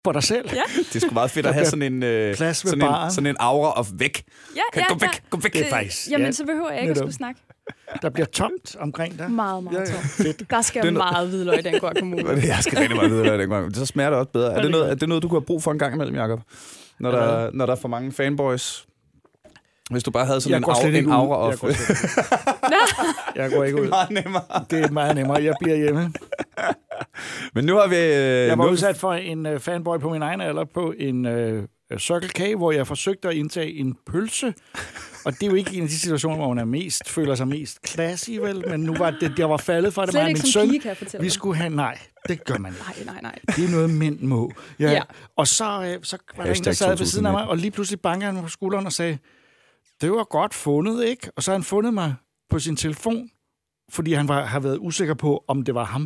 for dig selv. Ja. Det er sgu meget fedt at have sådan en aura of væk. Ja, Gå væk. Det er faktisk. Jamen, så behøver jeg ikke at skulle snakke. Der bliver tomt omkring dig. Meget tomt. Fedt. Der skal meget hvidløg i den guacamole. Jeg skal rigtig meget hvidløg i den guacamole. Så smager det også bedre. Er det noget, du kunne have brug for en gang imellem, Jacob? Når der er for mange fanboys? Hvis du bare havde sådan en aura of... Jeg går ikke ud. Det er meget nemmere. Det er meget nemmere. Jeg bliver hjemme. Men nu har vi... Jeg var udsat for en fanboy på min egen alder på en Circle K, hvor jeg forsøgte at indtage en pølse. Og det er jo ikke en af de situationer, hvor man føler sig mest classy, vel? Men nu var det, jeg var faldet for det. Slet mig ikke min som søn. pige, kan jeg fortælle. Vi skulle have... Nej, det gør man ikke. Nej. Det er noget, mænd må. Ja. Og så var der en, der sad ved siden af mig, og lige pludselig bankede han mig på skulderen og sagde, det var godt fundet, ikke? Og så har han fundet mig på sin telefon, fordi han har været usikker på, om det var ham.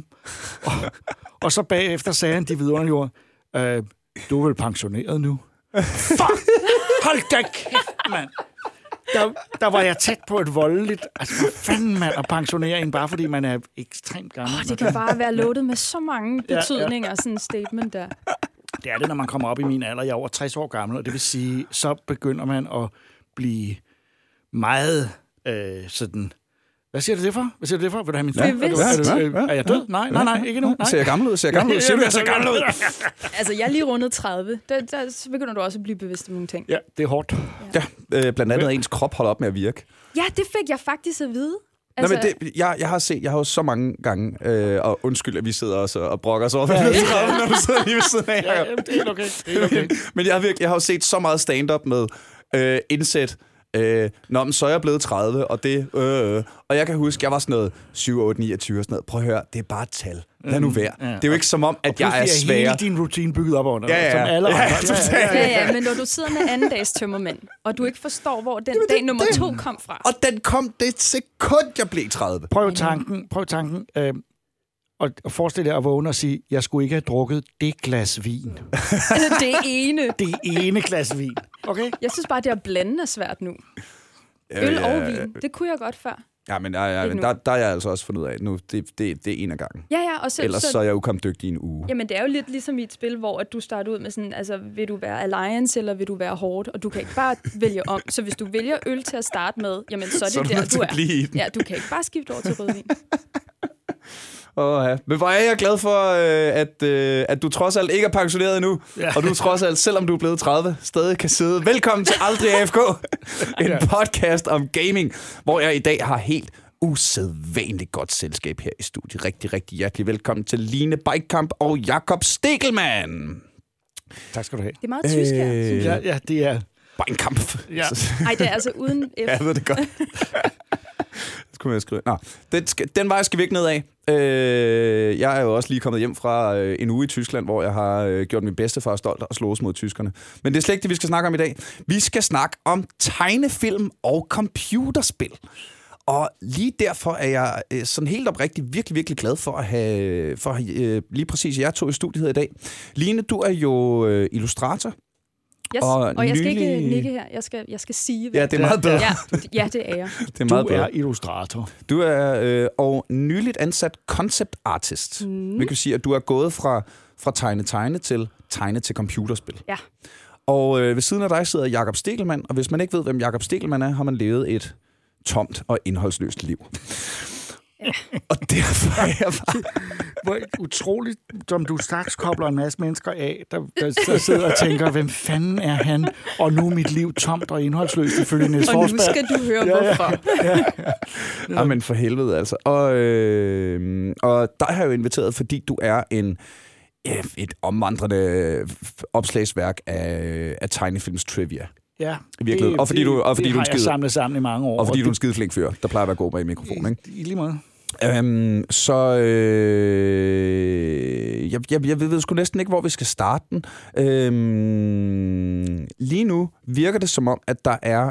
Og så bagefter sagde han de vidunderlige ord, du er vel pensioneret nu? Fuck! Hold da kæft, mand! Der var jeg tæt på et voldeligt... Altså, hvad fanden, mand, at pensionere en, bare fordi man er ekstremt gammel. Det kan bare være loaded med så mange betydninger, sådan en statement der. Det er det, når man kommer op i min alder. Jeg er over 60 år gammel, og det vil sige, så begynder man at blive meget sådan... Hvad siger du det for? Vil du have min far? Er jeg død? Nej, ikke nu. Ser jeg gammel ud? Siger du, jeg ser gammel ud? Altså, jeg er lige rundet 30. Så begynder du også at blive bevidst om nogle ting. Ja, det er hårdt. Ja, blandt andet, at ens krop holder op med at virke. Ja, det fik jeg faktisk at vide. Altså... Nå, men jeg har jo så mange gange, og undskyld, at vi sidder og brokker os over, når du sidder lige ved siden af. Ja, det er okay. Men jeg har jo set så meget stand-up med indsæt. Så er jeg blevet 30, og det... Og jeg kan huske, jeg var sådan noget 7, 8, 29 og sådan noget. Prøv at høre, det er bare et tal. Lad nu være. Det er jo ikke som om, at jeg er svær. Og hele din rutine bygget op under. Ja. Som alle ja, men når du sidder med anden dags tømmermænd, og du ikke forstår, hvor den dag nummer 2 kom fra. Og den kom det sekund, jeg blev 30. Prøv tanken. Og forestil dig at vågne og sige, jeg skulle ikke have drukket det glas vin. Det ene. Det ene glas vin. Okay? Jeg synes bare, det at blande er svært nu. Øl og vin, det kunne jeg godt før. Ja, men der er jeg altså også fundet ud af nu. Det er en af gangen. Ja, og ellers så er jeg ukomdygtig i en uge. Jamen, det er jo lidt ligesom i et spil, hvor at du starter ud med sådan, altså, vil du være alliance, eller vil du være hårdt? Og du kan ikke bare vælge om. Så hvis du vælger øl til at starte med, jamen, så er det der, du er. Ja, du kan ikke bare skifte over til rødvin. Men hvor er jeg glad for, at du trods alt ikke er pensioneret endnu, og du trods alt, selvom du er blevet 30, stadig kan sidde. Velkommen til Aldrig AFK, en podcast om gaming, hvor jeg i dag har helt usædvanligt godt selskab her i studiet. Rigtig, rigtig hjertelig velkommen til Line Beikamp og Jakob Stegelmann. Tak skal du have. Det er meget tysk her, synes jeg. Ja, det er... Beikamp. Ja. Ej, det er altså uden F. Ja, jeg ved det godt. Skulle jeg skrive. Nå, den vej skal vi ikke ned af. Jeg er jo også lige kommet hjem fra en uge i Tyskland, hvor jeg har gjort min bedstefar stolt og slås mod tyskerne. Men det er slet ikke det, vi skal snakke om i dag. Vi skal snakke om tegnefilm og computerspil. Og lige derfor er jeg sådan helt oprigtigt virkelig, virkelig glad for at have lige præcis jer to i studiet her i dag. Line, du er jo illustrator. Yes. Og jeg skal ikke nikke her. Jeg skal sige, hvad det er meget bedre. Ja, det er jeg. Det er meget bedre. Er illustrator. Du er og nyligt ansat concept artist. Vi kan sige, at du er gået fra tegne til computerspil. Ja. Og ved siden af dig sidder Jakob Stegelmann, og hvis man ikke ved, hvem Jakob Stegelmann er, har man levet et tomt og indholdsløst liv. Ja. Og derfor er jeg bare... Hvor utroligt, som du straks kobler en masse mennesker af, der sidder og tænker, hvem fanden er han? Og nu er mit liv tomt og indholdsløst ifølge Niels Forsberg. Og nu skal du høre, hvorfor. Ja, men for helvede altså. Og dig har jeg jo inviteret, fordi du er et omvandrende opslagsværk af tegnefilms trivia. Ja, virkelig. Og fordi du har jeg samlet sammen i mange år. Og fordi du er en skide flink fyr, der plejer at være god med i mikrofonen, ikke? I lige måde. Jeg ved sgu næsten ikke, hvor vi skal starte den. Lige nu virker det som om, at der er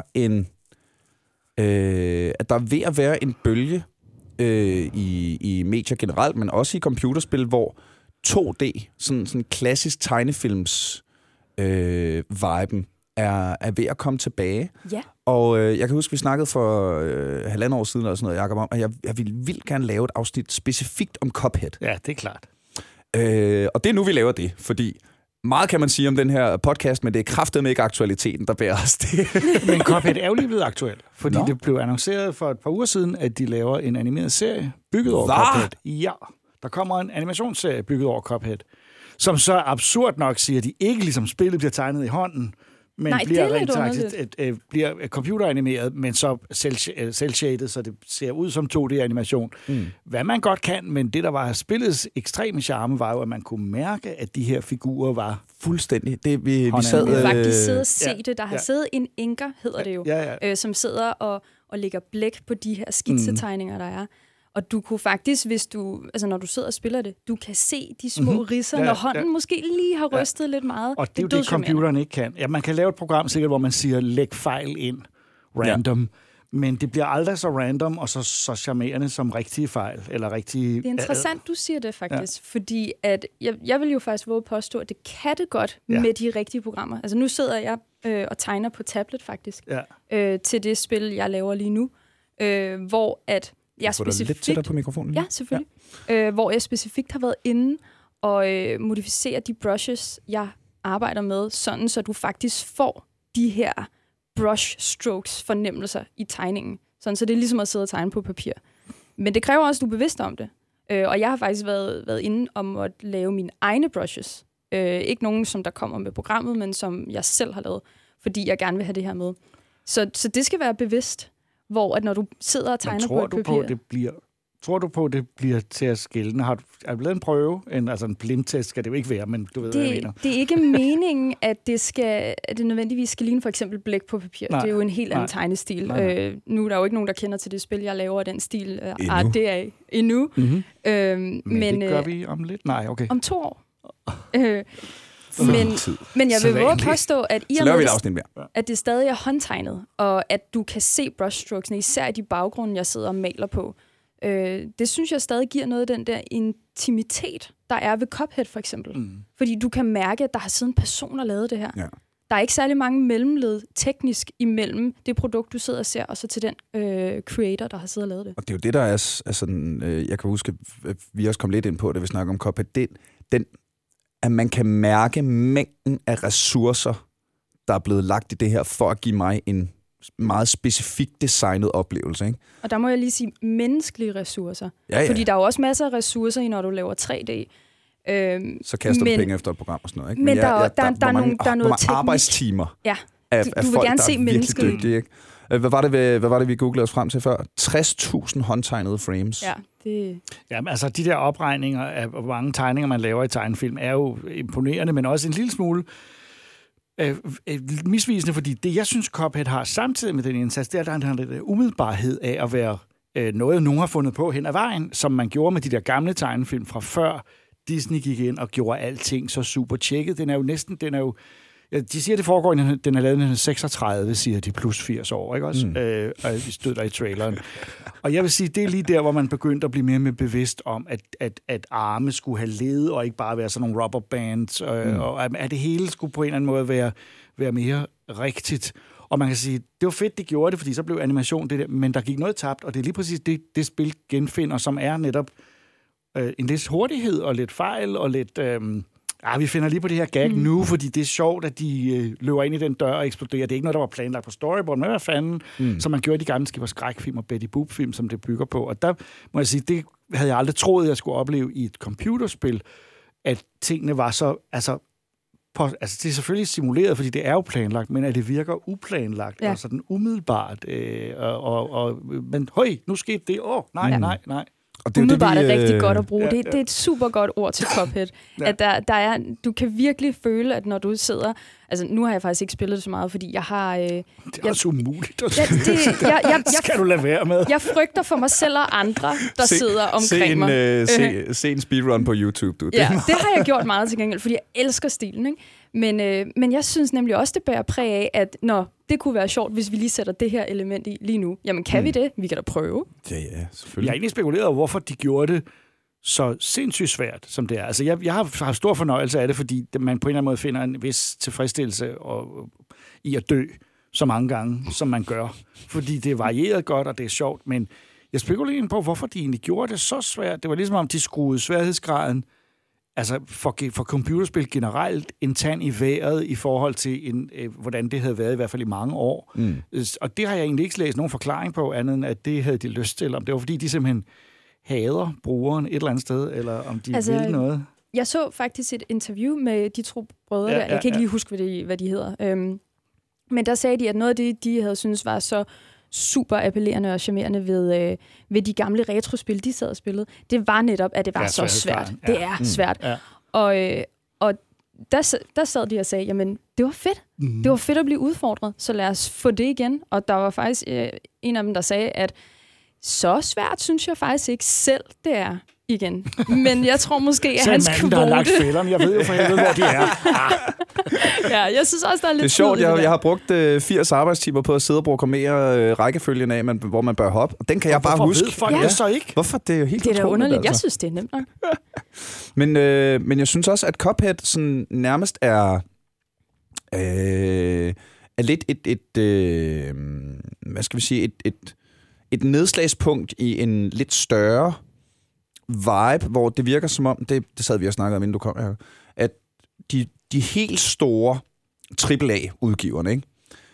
at der er ved at være en bølge i medier generelt, men også i computerspil, hvor 2D, sådan klassisk tegnefilms viben, er ved at komme tilbage. Ja. Og jeg kan huske, vi snakkede for 1,5 år siden eller sådan noget, Jacob, om, at jeg ville vildt gerne lave et afsnit specifikt om Cuphead. Ja, det er klart. Og det er nu, vi laver det, fordi Meget kan man sige om den her podcast, men det er kraftedeme ikke aktualiteten, der bærer os det. Men Cuphead er jo lige blevet aktuel, fordi det blev annonceret for et par uger siden, at de laver en animeret serie bygget over Cuphead. Ja, der kommer en animationsserie bygget over Cuphead, som så absurd nok siger, at de ikke ligesom spillet bliver tegnet i hånden, men bliver computeranimeret, men så cel-shaded, så det ser ud som 2D-animation. Hvad man godt kan, men det, der var spillets ekstreme charme, var jo, at man kunne mærke, at de her figurer var fuldstændig. Det, vi sad... Vi faktisk sidder og se det. Der har siddet en enker, hedder det jo, som sidder og lægger blæk på de her skitsetegninger, der er. Og du kunne faktisk, når du sidder og spiller det, du kan se de små ridser, når hånden måske lige har rystet lidt meget. Og det er jo det, computeren ikke kan. Ja, man kan lave et program sikkert, hvor man siger, læg fejl ind, random. Men det bliver aldrig så random og så charmerende som rigtige fejl. Eller rigtige... Det er interessant, du siger det faktisk, fordi at jeg vil jo faktisk våge påstå, at det kan det godt med de rigtige programmer. Altså nu sidder jeg og tegner på tablet faktisk, til det spil, jeg laver lige nu, hvor at jeg specifikt... lidt tættere på mikrofonen? Ja, selvfølgelig. Hvor jeg specifikt har været inde og modificere de brushes, jeg arbejder med, sådan så du faktisk får de her brush strokes fornemmelser i tegningen. Sådan så det er ligesom at sidde og tegne på papir. Men det kræver også, at du er bevidst om det. Og jeg har faktisk været inde om at lave mine egne brushes. Ikke nogen, som der kommer med programmet, men som jeg selv har lavet, fordi jeg gerne vil have det her med. Så det skal være bevidst. Hvor at når du sidder og tegner på et papir... Tror du på, at det bliver til at skelne? Har du lavet en prøve? Altså en blindtest skal det jo ikke være, men du ved, hvad jeg mener. Det er ikke meningen, at det nødvendigvis skal ligne for eksempel blæk på papir. Nej, det er jo en helt anden tegnestil. Nu er der jo ikke nogen, der kender til det spil, jeg laver af den stil. Det er endnu. Men det gør vi om lidt? Nej, okay. Om 2 år. Men jeg vil våge påstå, at i og med, at det stadig er håndtegnet, og at du kan se brushstrokesene, især i de baggrunde, jeg sidder og maler på, det synes jeg stadig giver noget af den der intimitet, der er ved Cuphead for eksempel. Fordi du kan mærke, at der har siden personer lavet det her. Ja. Der er ikke særlig mange mellemled teknisk imellem det produkt, du sidder og ser, og så til den creator, der har siddet og lavet det. Og det er jo det, der er sådan... jeg kan huske, at vi også kom lidt ind på, da vi snakker om Cuphead. At man kan mærke mængden af ressourcer, der er blevet lagt i det her, for at give mig en meget specifikt designet oplevelse. Ikke? Og der må jeg lige sige menneskelige ressourcer. Ja. Fordi der er jo også masser af ressourcer i, når du laver 3D. Så kaster du penge efter et program og sådan noget. Ikke? Men der er noget teknisk. Arbejdstimer af folk, vil gerne se mennesket. Dygtige, ikke? Hvad var det, vi googlede os frem til før? 60.000 håndtegnede frames. Ja, det... Jamen, altså, de der opregninger af, hvor mange tegninger, man laver i tegnefilm, er jo imponerende, men også en lille smule misvisende, fordi det, jeg synes, Cuphead har samtidig med den indsats, det er, at der er en lidt umiddelbarhed af at være noget, nogen har fundet på hen ad vejen, som man gjorde med de der gamle tegnefilm fra før Disney gik ind og gjorde alting så super tjekket. Den er jo de siger, det foregår, den er lavet i 1936, siger de, plus 80 år, ikke også? Og vi stod der i traileren. Og jeg vil sige, det er lige der, hvor man begyndte at blive mere bevidst om, at arme skulle have led, og ikke bare være sådan nogle rubber bands, og at det hele skulle på en eller anden måde være mere rigtigt. Og man kan sige, det var fedt, de gjorde det, fordi så blev animation det der, men der gik noget tabt, og det er lige præcis det spil genfinder, som er netop en lidt hurtighed, og lidt fejl, og lidt... vi finder lige på det her gag nu, fordi det er sjovt, at de løber ind i den dør og eksploderer. Det er ikke noget, der var planlagt på storyboard, men hvad fanden, som man gjorde i de gamle skrækfilm og Betty Boop-film, som det bygger på. Og der må jeg sige, det havde jeg aldrig troet, jeg skulle opleve i et computerspil, at tingene var så... Altså, det er selvfølgelig simuleret, fordi det er jo planlagt, men at det virker uplanlagt, og sådan umiddelbart. Men høj, nu skete det. Nej. Og det umiddelbart er rigtig godt at bruge. Det er et super godt ord til Cuphead. At der er, du kan virkelig føle, at når du sidder... Altså, nu har jeg faktisk ikke spillet det så meget, fordi jeg har... det er også umuligt. Det skal du lade være med. Jeg frygter for mig selv og andre, der sidder omkring mig. Se en speedrun på YouTube, du. Ja, det har jeg gjort meget til gengæld, fordi jeg elsker stilen, ikke? Men jeg synes nemlig også, det bærer præg af, at det kunne være sjovt, hvis vi lige sætter det her element i lige nu. Jamen, kan vi det? Vi kan da prøve. Ja, selvfølgelig. Jeg har egentlig spekuleret over, hvorfor de gjorde det så sindssygt svært, som det er. Altså, jeg har stor fornøjelse af det, fordi man på en eller anden måde finder en vis tilfredsstillelse i at dø så mange gange, som man gør. Fordi det er varieret godt, og det er sjovt, men jeg spekulerer på, hvorfor de egentlig gjorde det så svært. Det var ligesom om, de skruede sværhedsgraden altså for computerspil generelt en tand i vejret i forhold til, hvordan det havde været i hvert fald i mange år. Mm. Og det har jeg egentlig ikke læst nogen forklaring på, andet end at det havde de lyst til. Om det var fordi, de simpelthen hader brugeren et eller andet sted, eller om de vil noget. Jeg så faktisk et interview med de to brødre der. Jeg kan ikke lige huske, hvad de hedder. Men der sagde de, at noget af det, de havde syntes var så super appellerende og charmerende ved de gamle retrospil, de sad og spillede, det var netop, at det var så svært. Ja. Det er svært. Ja. Og der sad de og sagde, jamen, det var fedt. Det var fedt at blive udfordret, så lad os få det igen. Og der var faktisk en af dem, der sagde, at så svært synes jeg faktisk ikke selv, det er igen. Men jeg tror måske, at hans kvote... der har lagt fælderne. Jeg ved jo for helvede, hvor de er. Ja, jeg synes også, der er lidt... Det er sjovt, jeg har brugt 80 arbejdstimer på at sidde og programmere rækkefølgen af, hvor man bør hoppe. Og den kan jeg bare huske. Hvorfor ved folk det så ikke? Hvorfor? Det er jo helt det er utroligt. Underligt. Altså. Jeg synes, det er nemt nok. Men jeg synes også, at Cuphead sådan nærmest er lidt hvad skal vi sige, et nedslagspunkt i en lidt større vibe, hvor det virker som om, det sad vi og snakkede om, inden du kom her, at de helt store AAA-udgiverne, ikke?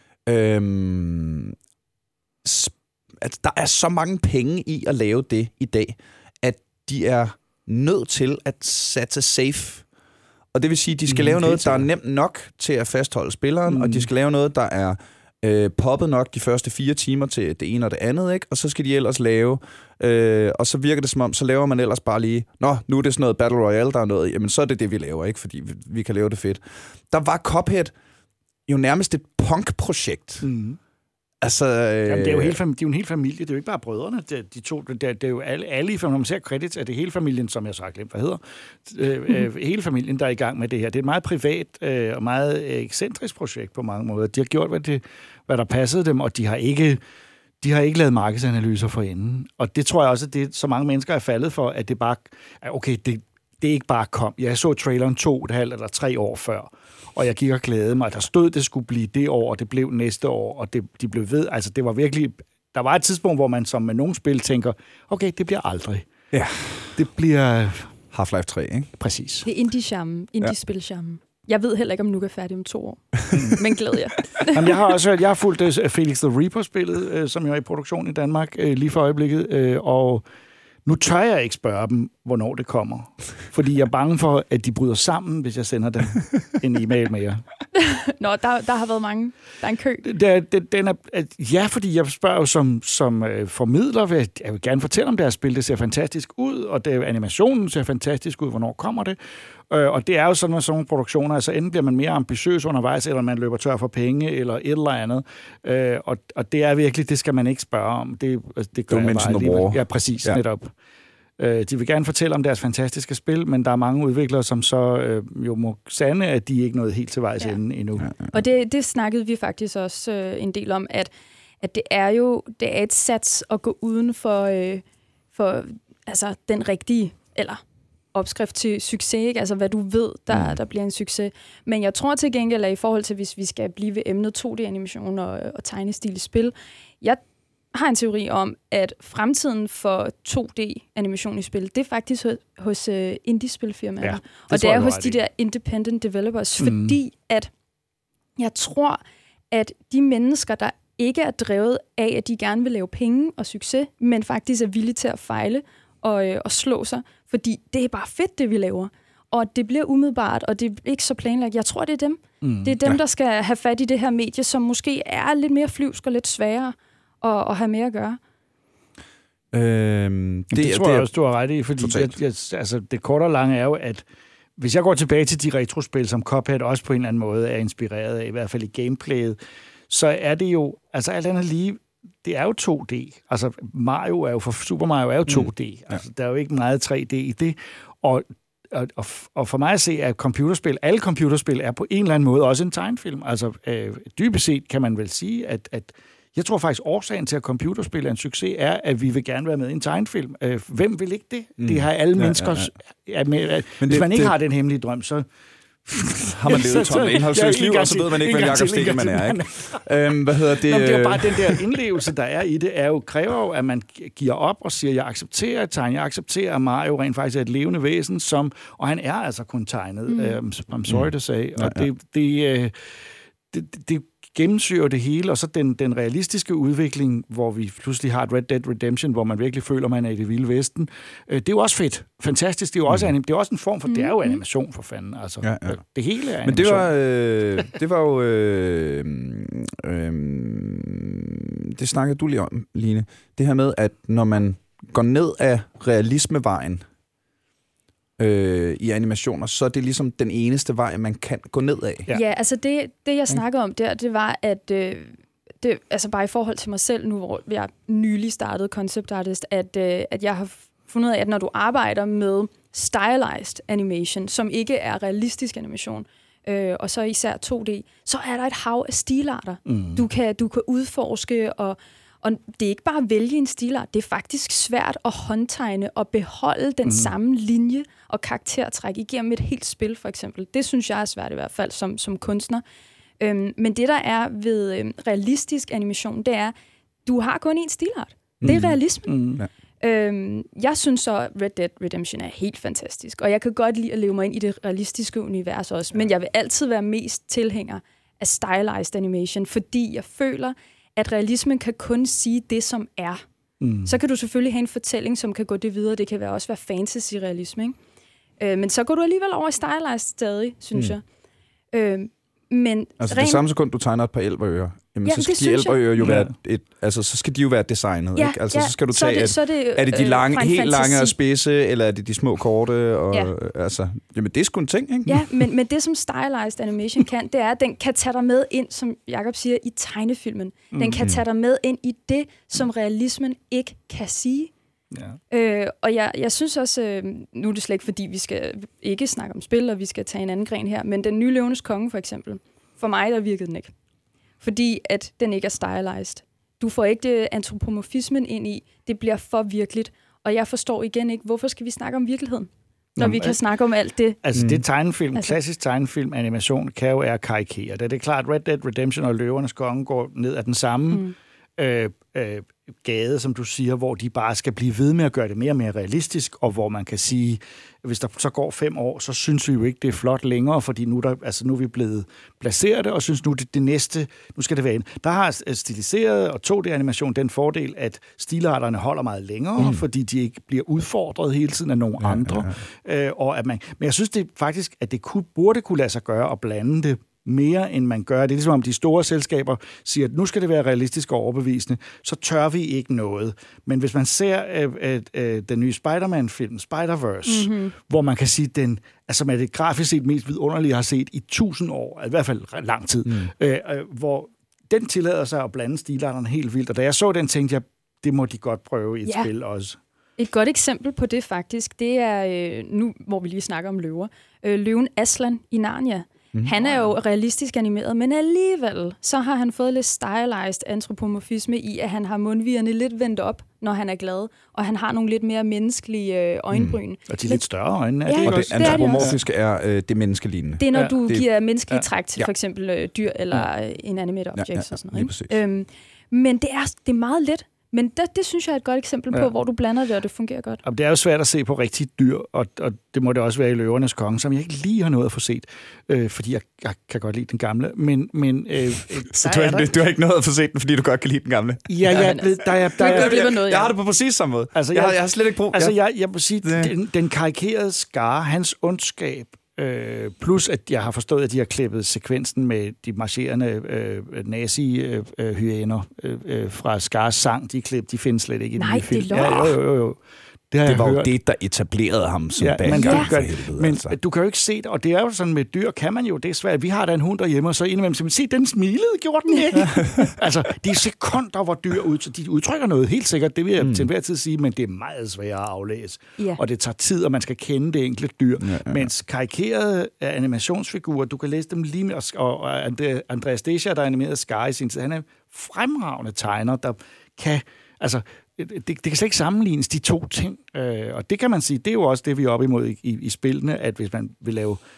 At der er så mange penge i at lave det i dag, at de er nødt til at satse safe. Og det vil sige, at de skal lave noget, der er nemt nok til at fastholde spilleren, og de skal lave noget, der er poppet nok de første 4 timer til det ene og det andet, ikke? Og så skal de ellers lave, og så virker det som om, så laver man ellers bare lige, nu er det sådan noget Battle Royale, der er noget, jamen så er det vi laver, ikke? Fordi vi kan lave det fedt. Der var Cuphead jo nærmest et punk-projekt. Mm. Altså, jamen, det er jo en hel familie, det er jo ikke bare brødrene, de to, det er jo alle når man ser credits, er det hele familien, som jeg så har glemt, hvad hedder, hele familien, der er i gang med det her. Det er et meget privat og meget ekscentrisk projekt på mange måder. De har gjort, hvad der passede dem, og de har ikke lavet markedsanalyser for enden. Og det tror jeg også, at det så mange mennesker er faldet for, at det bare, okay, det ikke bare kom. Jeg så traileren 2,5 eller 3 år før, og jeg gik og glædede mig. Der stod, det skulle blive det år, og det blev næste år, og de blev ved. Altså, det var virkelig... Der var et tidspunkt, hvor man som med nogle spil tænker, okay, det bliver aldrig. Ja. Det bliver... Half-Life 3, ikke? Præcis. Det er indie-charme. Indie-spil-charme. Jeg ved heller ikke, om nu er færdig om 2 år. Men glæder jeg. Jamen, jeg har fulgt Felix the Reaper-spillet, som jo er i produktion i Danmark lige for øjeblikket, og nu tør jeg ikke spørge dem, hvornår det kommer. Fordi jeg er bange for, at de bryder sammen, hvis jeg sender dem en e-mail med jer. Nå, der har været mange. Der er en kø. Ja, fordi jeg spørger jo som formidler, jeg vil gerne fortælle om deres spil. Det ser fantastisk ud, og animationen ser fantastisk ud. Hvornår kommer det? Og det er jo sådan, at sådan nogle produktioner, altså enten bliver man mere ambitiøs undervejs, eller man løber tør for penge, eller et eller andet. Og det er virkelig, det skal man ikke spørge om. Det gør jeg bare alligevel. Ja, præcis, netop. De vil gerne fortælle om deres fantastiske spil, men der er mange udviklere, som så jo må sande, at de ikke nåede helt til vejs ende endnu. Ja. Og det snakkede vi faktisk også en del om, at det er et sats at gå uden for altså den rigtige, eller opskrift til succes, ikke? Altså hvad du ved, der bliver en succes. Men jeg tror til gengæld, at i forhold til, hvis vi skal blive ved emnet 2D-animation og tegnestil i spil, jeg har en teori om, at fremtiden for 2D-animation i spil, det er faktisk hos indie-spilfirmaerne. Ja, og det er hos de der independent developers, fordi at jeg tror, at de mennesker, der ikke er drevet af, at de gerne vil lave penge og succes, men faktisk er villige til at fejle og slå sig, fordi det er bare fedt, det vi laver. Og det bliver umiddelbart, og det er ikke så planlagt. Jeg tror, det er dem. Det er dem, der skal have fat i det her medie, som måske er lidt mere flyvsk og lidt sværere at have mere at gøre. Det tror jeg også, du har ret i, fordi altså, det korte og lange er jo, at hvis jeg går tilbage til de retrospil, som Cuphead også på en eller anden måde er inspireret af, i hvert fald i gameplayet, så er det jo, altså alt andet lige, det er jo 2D. Altså Super Mario er jo 2D. Altså, der er jo ikke meget 3D i det. Og for mig at se, at alle computerspil er på en eller anden måde også en tegnefilm. Altså dybest set kan man vel sige, at jeg tror faktisk, årsagen til, at computerspil er en succes, er, at vi vil gerne være med i en tegnefilm. Hvem vil ikke det? Det har alle mennesker... Hvis man ikke har den hemmelige drøm, så Har man levet Tom indholdsløst liv, og så ved man ikke, hvem Jakob Stegelmann er, ikke? Hvad hedder det? Nå, det er jo bare den der indlevelse, der er i det, kræver jo, at man giver op og siger, jeg accepterer et tegn, jeg accepterer, at Mario rent faktisk er et levende væsen, og han er altså kun tegnet, I'm sorry to say. Og det gennemsyrer det hele, og så den realistiske udvikling, hvor vi pludselig har et Red Dead Redemption, hvor man virkelig føler, man er i det vilde vesten. Det er jo også fedt. Fantastisk. Det er jo også, det er også en form for, det er jo animation for fanden. Altså, det hele er animation. Men det var jo... det snakkede du lige om, Line. Det her med, at når man går ned af realismevejen, i animationer, så er det ligesom den eneste vej, man kan gå ned af. Ja, altså det jeg snakkede om der, det var, at det, altså bare i forhold til mig selv nu, hvor jeg nylig startede Concept Artist, at jeg har fundet ud af, at når du arbejder med stylized animation, som ikke er realistisk animation, og så især 2D, så er der et hav af stilarter. Du kan udforske, og det er ikke bare at vælge en stilart, det er faktisk svært at håndtegne og beholde den samme linje og karaktertræk igennem et helt spil, for eksempel. Det synes jeg er svært i hvert fald som kunstner. Men det, der er ved realistisk animation, det er, du har kun én stilart. Det er realismen. Jeg synes så, Red Dead Redemption er helt fantastisk, og jeg kan godt lide at leve mig ind i det realistiske univers også, men jeg vil altid være mest tilhænger af stylized animation, fordi jeg føler, at realismen kan kun sige det, som er. Så kan du selvfølgelig have en fortælling, som kan gå det videre. Det kan også være fantasy-realisme, ikke? Men så går du alligevel over i stylized stadig, synes jeg. Men altså det samme sekund, du tegner et par elverører, jamen så skal de elverører jo være så skal de jo være designet, ikke? Altså så skal du tage, er det de lange, helt lange og spidse, eller er det de små korte, og altså, jamen det er sgu en ting, ikke? Ja, men det som stylized animation kan, det er, at den kan tage dig med ind, som Jakob siger, i tegnefilmen. Den kan tage dig med ind i det, som realismen ikke kan sige. Og jeg synes også, nu er det slet ikke, fordi vi skal ikke snakke om spil, og vi skal tage en anden gren her, men den nye Løvenes Konge for eksempel, for mig der virkede den ikke. Fordi at den ikke er stylized. Du får ikke det antropomorfismen ind i, det bliver for virkeligt, og jeg forstår igen ikke, hvorfor skal vi snakke om virkeligheden, når vi kan snakke om alt det. Altså det tegnefilm, klassisk tegnefilm, animation, kan jo være karikeret. Det er klart, Red Dead Redemption og Løvernes Konge går ned ad den samme gade, som du siger, hvor de bare skal blive ved med at gøre det mere og mere realistisk, og hvor man kan sige, hvis der så går 5 år, så synes vi jo ikke, det er flot længere, fordi nu er vi blevet placeret, og synes nu, det næste, nu skal det være ind. Der har stiliseret og 2D-animation den fordel, at stilarterne holder meget længere, fordi de ikke bliver udfordret hele tiden af nogle andre. Og at men jeg synes det faktisk, at det burde kunne lade sig gøre at blande det mere, end man gør. Det er ligesom om de store selskaber siger, at nu skal det være realistisk og overbevisende, så tør vi ikke noget. Men hvis man ser den nye Spider-Man-film, Spider-Verse, hvor man kan sige, den altså med det grafisk set mest vidunderlige har set i 1000 år, i hvert fald lang tid, hvor den tillader sig at blande stilarterne helt vildt. Og da jeg så den, tænkte jeg, det må de godt prøve i et spil også. Et godt eksempel på det faktisk, det er nu, hvor vi lige snakker om løver. Løven Aslan i Narnia. Han er jo realistisk animeret, men alligevel så har han fået lidt stylized antropomorfisme i, at han har mundvigerne lidt vendt op, når han er glad, og han har nogle lidt mere menneskelige øjenbryn. Og de lidt større øjne. Ja, og det antropomorfiske er det menneskelignende. Det er, når du giver menneskelige træk til for eksempel dyr eller inanimate objects og sådan noget. Men det er meget let. Men det synes jeg er et godt eksempel på, hvor du blander det, og det fungerer godt. Og det er jo svært at se på rigtige dyr, og det må det også være i Løvernes Konge, som jeg ikke lige har nået at få set, fordi jeg kan godt lide den gamle. Men du har ikke nået at få set den, fordi du godt kan lide den gamle? Jeg har det på præcis samme måde. Altså, jeg har slet ikke brug. Altså, jeg må sige, den karikerede skare, hans ondskab, plus at jeg har forstået, at de har klippet sekvensen med de marcherende nazi-hyæner fra Skars sang. De findes slet ikke i den nye film. Nej, det er jo. Det var jo det, der etablerede ham som bandgang. Men du kan jo ikke se det, og det er jo sådan med dyr, kan man jo, det er svært. Vi har da en hund derhjemme, og så indimellem siger man, se, den smilede, gjorde den ikke? Altså, de er sekunder, hvor dyr de udtrykker noget, helt sikkert, det vil jeg til enhver tid sige, men det er meget svært at aflæse. Og det tager tid, og man skal kende det enkelte dyr. Mens karikerede animationsfigurer, du kan læse dem lige med, og Andreas Deschia, der animerede Sky i sin tid, han er fremragende tegner, der kan, altså, det kan slet ikke sammenlignes, de to ting. Og det kan man sige, det er jo også det, vi er oppe imod i spillene, at hvis man vil lave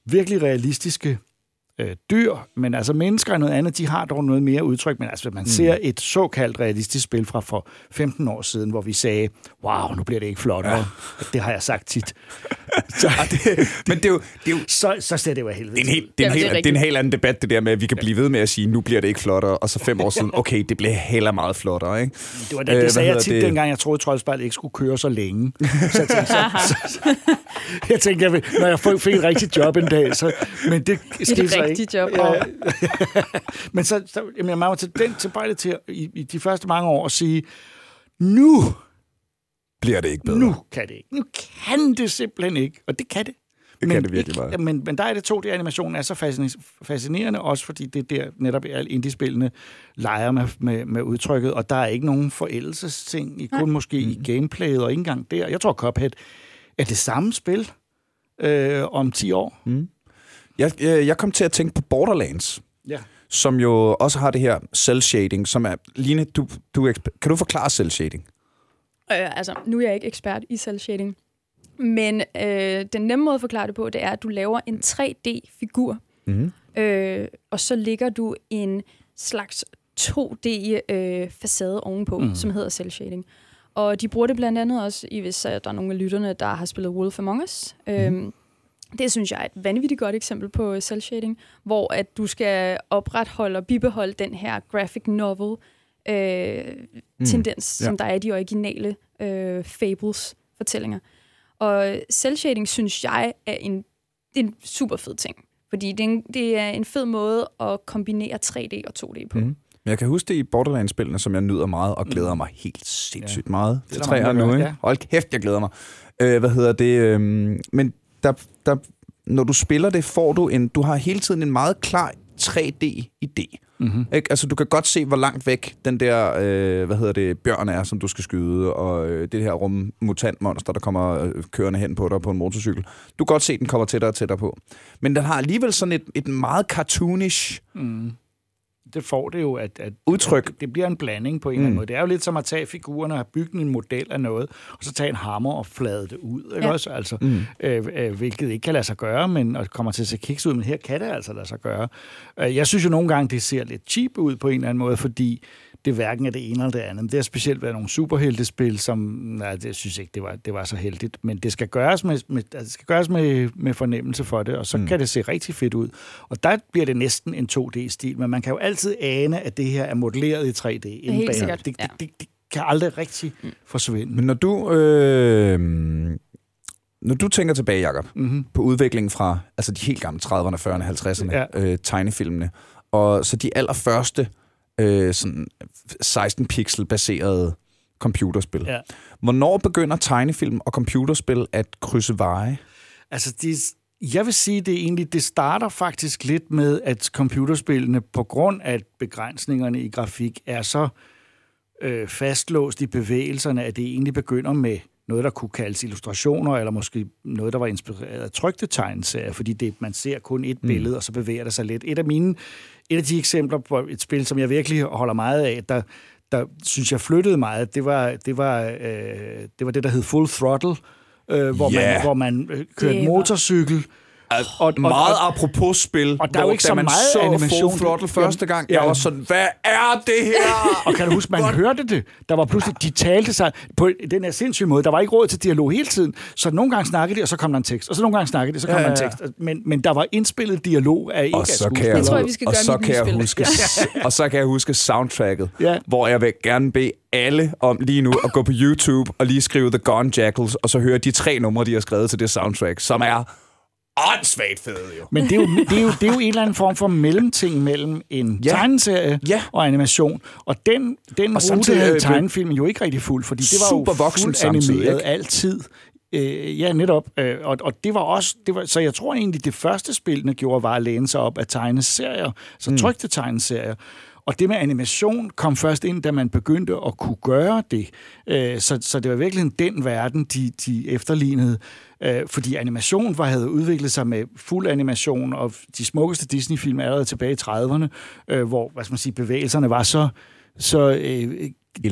virkelig realistiske dyr, men altså mennesker er noget andet, de har dog noget mere udtryk, men altså man ser et såkaldt realistisk spil fra for 15 år siden, hvor vi sagde, wow, nu bliver det ikke flottere. Ja. Det har jeg sagt tit. Men det er jo så ser det jo af helvede. Det er en helt anden debat, det der med, at vi kan blive ved med at sige, nu bliver det ikke flottere, og så 5 år siden, okay, det bliver heller meget flottere, ikke? Det sagde jeg tit dengang, jeg troede, Troldspejl ikke skulle køre så længe. Så jeg tænkte, når jeg fik et rigtigt job en dag, men det skete så ikke. Job. Men jeg må tilbage til i de første mange år at sige, nu bliver det ikke bedre. Nu kan det ikke. Nu kan det simpelthen ikke. Og det kan det. Det kan det virkelig meget. Men der er det 2D-animationen er så fascinerende, også fordi det der netop alle indie-spillene leger med udtrykket, og der er ikke nogen forældelsesting, kun måske i gameplayet, og ikke engang der. Jeg tror, Cuphead er det samme spil om 10 år. Jeg kom til at tænke på Borderlands, som jo også har det her cel-shading, som er... Line, kan du forklare cel-shading? Nu er jeg ikke ekspert i cel-shading, men den nemme måde at forklare det på, det er, at du laver en 3D-figur, og så lægger du en slags 2D-facade ovenpå, som hedder cel-shading. Og de bruger det blandt andet også, hvis der er nogle af lytterne, der har spillet Wolf Among Us. Det synes jeg er et vanvittigt godt eksempel på cel-shading, hvor at du skal opretholde og bibeholde den her graphic novel tendens, som der er i de originale Fables-fortællinger. Og cel-shading, synes jeg, er en super fed ting. Fordi det er en fed måde at kombinere 3D og 2D på. Men jeg kan huske det i Borderlands-spillene, som jeg nyder meget og glæder mig helt sindssygt meget. Det 3 år nu, ikke? Hold kæft, jeg glæder mig. Men der, når du spiller det, får du har hele tiden en meget klar 3D-idé. Ikke? Altså, du kan godt se, hvor langt væk den der, bjørn er, som du skal skyde, og det her rummutantmonster, der kommer kørende hen på dig på en motorcykel. Du kan godt se, at den kommer tættere og tættere på. Men den har alligevel sådan et meget cartoonish... Det får det jo, at udtryk. Det bliver en blanding på en eller anden måde. Det er jo lidt som at tage figurerne og have bygget en model af noget, og så tage en hammer og flade det ud, ikke også? Altså, hvilket ikke kan lade sig gøre, men og kommer til at se kiks ud, men her kan det altså lade sig gøre. Jeg synes jo nogle gange, det ser lidt cheap ud på en eller anden måde, fordi det hverken er det ene eller det andet. Det har specielt været nogle superheltespil, som det synes ikke, det var så heldigt, men det skal gøres med fornemmelse for det, og så kan det se rigtig fedt ud. Og der bliver det næsten en 2D-stil, men man kan jo altid ane, at det her er modelleret i 3D. Helt sikkert. Det kan aldrig rigtig forsvinde. Men når du tænker tilbage, Jacob, på udviklingen fra altså de helt gamle 30'erne, 40'erne, 50'erne, tegnefilmene, og så de allerførste sådan 16-pixel-baserede computerspil. Ja. Hvornår begynder tegnefilm og computerspil at krydse veje? Altså, jeg vil sige, det starter faktisk lidt med, at computerspillene på grund af begrænsningerne i grafik er så fastlåst i bevægelserne, at det egentlig begynder med noget, der kunne kaldes illustrationer, eller måske noget, der var inspireret af trykte tegneserier, fordi man ser kun et billede, og så bevæger det sig lidt. Et af de eksempler på et spil, som jeg virkelig holder meget af, der synes jeg flyttede meget, det var det, der hed Full Throttle, hvor man kørte motorcykel. Og meget apropos spil, og der er jo ikke så meget animation. Full Throttle første gang, jeg var sådan, hvad er det her? Og kan du huske, man hørte det? Der var pludselig, de talte sig på den her sindssyge måde. Der var ikke råd til dialog hele tiden. Så nogle gange snakkede de, og så kom der en tekst. Og så nogle gange snakkede de, så kom der en tekst. Men der var indspillet dialog af ikke af skuespillere. Det tror jeg, vi skal gøre og så kan jeg huske soundtracket, hvor jeg vil gerne bede alle om lige nu at gå på YouTube og lige skrive The Gone Jackals, og så høre de 3 numre, de har skrevet til det soundtrack, som er åndssvagt fede, jo. Men det er jo en eller anden form for mellemting mellem en tegneserie og animation. Og den rute havde tegnefilmen jo ikke rigtig fuld, fordi det var jo fuldt animeret altid. Netop. Og det var også... så jeg tror egentlig, det første spillene gjorde, var at læne sig op af tegneserier, så trykte tegneserier. Og det med animation kom først ind, da man begyndte at kunne gøre det. Så det var virkelig den verden, de efterlignede. Fordi animation havde udviklet sig med fuld animation, og de smukkeste Disney-film er allerede tilbage i 30'erne, hvor bevægelserne var så